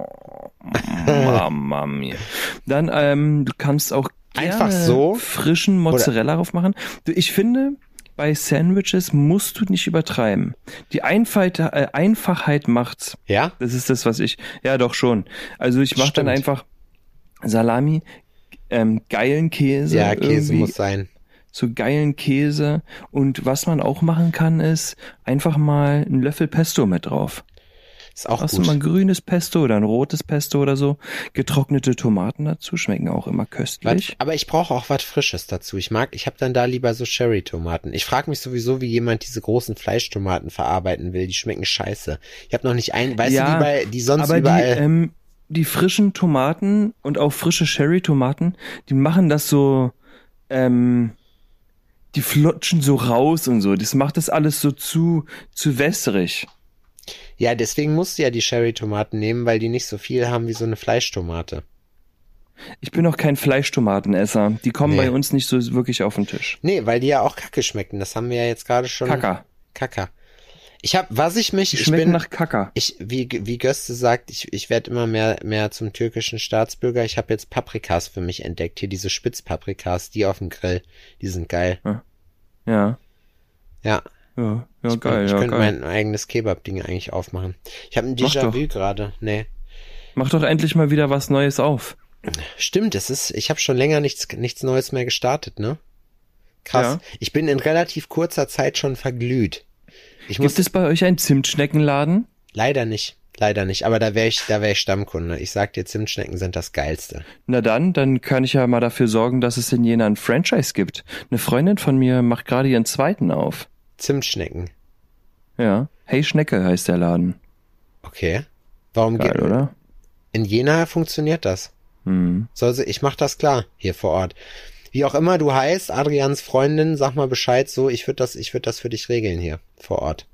Mama mia. Dann, ähm, du kannst auch gerne Einfach so? frischen Mozzarella drauf machen. Du, ich finde, bei Sandwiches musst du nicht übertreiben. Die Einfachheit, äh, Einfachheit macht's. Ja? Das ist das, was ich, ja doch schon. Also ich mache dann Stimmt. einfach Salami, ähm, geilen Käse. Ja, Käse irgendwie, muss sein. so geilen Käse. Und was man auch machen kann, ist einfach mal einen Löffel Pesto mit drauf. Ist auch Hast du gut. mal ein grünes Pesto oder ein rotes Pesto oder so? Getrocknete Tomaten dazu schmecken auch immer köstlich. Was, aber ich brauche auch was Frisches dazu. Ich mag, ich habe dann da lieber so Cherry-Tomaten. Ich frage mich sowieso, wie jemand diese großen Fleischtomaten verarbeiten will. Die schmecken scheiße. Ich habe noch nicht ein, weißt Ja, du, die, bei, die sonst aber überall... die, ähm, die frischen Tomaten und auch frische Cherry-Tomaten, die machen das so, ähm, die flutschen so raus und so. Das macht das alles so zu, zu wässrig. Ja, deswegen musst du ja die Cherry-Tomaten nehmen, weil die nicht so viel haben wie so eine Fleischtomate. Ich bin auch kein Fleischtomatenesser. Die kommen Nee. bei uns nicht so wirklich auf den Tisch. Nee, weil die ja auch kacke schmecken. Das haben wir ja jetzt gerade schon... Kacker. Kacker. Ich hab, was ich mich... Die ich schmecken bin, nach Kacker. Ich, wie, wie Göste sagt, ich, ich werde immer mehr, mehr zum türkischen Staatsbürger. Ich habe jetzt Paprikas für mich entdeckt. Hier diese Spitzpaprikas, die auf dem Grill. Die sind geil. Ja. Ja. Ja, ja ich geil, ich ja, könnte geil. mein eigenes Kebab-Ding eigentlich aufmachen. Ich habe ein Mach doch. Déjà-vu gerade. Nee. Mach doch endlich mal wieder was Neues auf. Stimmt, es ist, ich habe schon länger nichts, nichts Neues mehr gestartet, ne? Krass. Ja. Ich bin in relativ kurzer Zeit schon verglüht. Ich muss Gibt es bei euch einen Zimtschneckenladen? leider nicht. Leider nicht. Aber da wäre ich, da wäre ich Stammkunde. Ich sag dir, Zimtschnecken sind das Geilste. Na dann, dann kann ich ja mal dafür sorgen, dass es in Jena ein Franchise gibt. Eine Freundin von mir macht gerade ihren zweiten auf. Zimtschnecken. Ja. Hey Schnecke heißt der Laden. Okay. Warum Geil, geht, oder? in Jena funktioniert das? Hm. Soll sie, ich mach das klar, hier vor Ort. Wie auch immer du heißt, Adrians Freundin, sag mal Bescheid, so, ich würde das, ich würde das für dich regeln hier, vor Ort.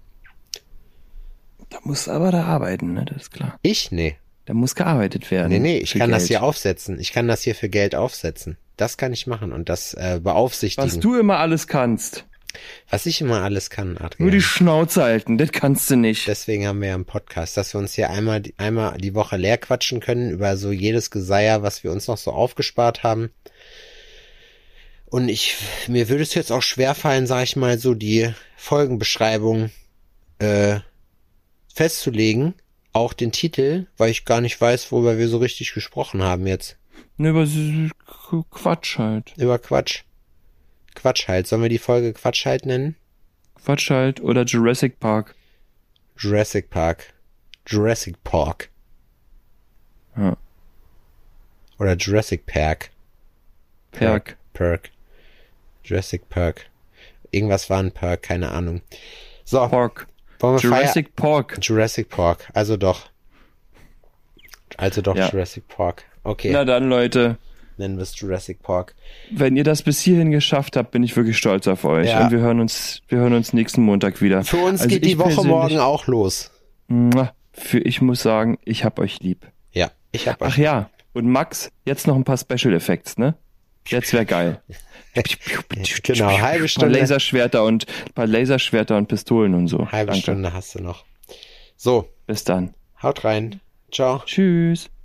Da muss aber da arbeiten, ne? Das ist klar. Ich? Nee. Da muss gearbeitet werden. Nee, nee, ich für kann das Geld. hier aufsetzen. Ich kann das hier für Geld aufsetzen. Das kann ich machen und das äh, beaufsichtigen. Was du immer alles kannst. Was ich immer alles kann, Adrian. Nur die Schnauze halten, das kannst du nicht. Deswegen haben wir ja einen Podcast, dass wir uns hier einmal, die- einmal die Woche leer quatschen können über so jedes Geseier, was wir uns noch so aufgespart haben. Und ich, mir würde es jetzt auch schwerfallen, sag ich mal, so die Folgenbeschreibung äh, festzulegen. Auch den Titel, weil ich gar nicht weiß, worüber wir so richtig gesprochen haben jetzt. Ne, aber so- Quatsch halt. Über Quatsch. Quatsch halt. Sollen wir die Folge Quatsch halt nennen? Quatsch halt oder Jurassic Park. Jurassic Park. Jurassic Park. Ja. Oder Jurassic Park. Perk. Perk. Jurassic Park. Irgendwas war ein Perk, keine Ahnung. So, Park. wollen wir Jurassic Park. feiern? Jurassic Park. Also doch. Also doch Ja. Jurassic Park. Okay, Na dann, Leute. nennen wir es Jurassic Park. Wenn ihr das bis hierhin geschafft habt, bin ich wirklich stolz auf euch. Ja. Und wir hören uns, wir hören uns nächsten Montag wieder. Für uns Also geht die ich Woche persönlich- morgen auch los. Mua, Für ich muss sagen, ich hab euch lieb. Ja, ich hab Ach ja, und Max, jetzt noch ein paar Special Effects, ne? Jetzt wär geil. Genau, halbe Ein paar Stunde. Laserschwerter und ein paar Laserschwerter und Pistolen und so. Halbe Danke. Stunde hast du noch. So, Bis dann. Haut rein. Ciao. Tschüss.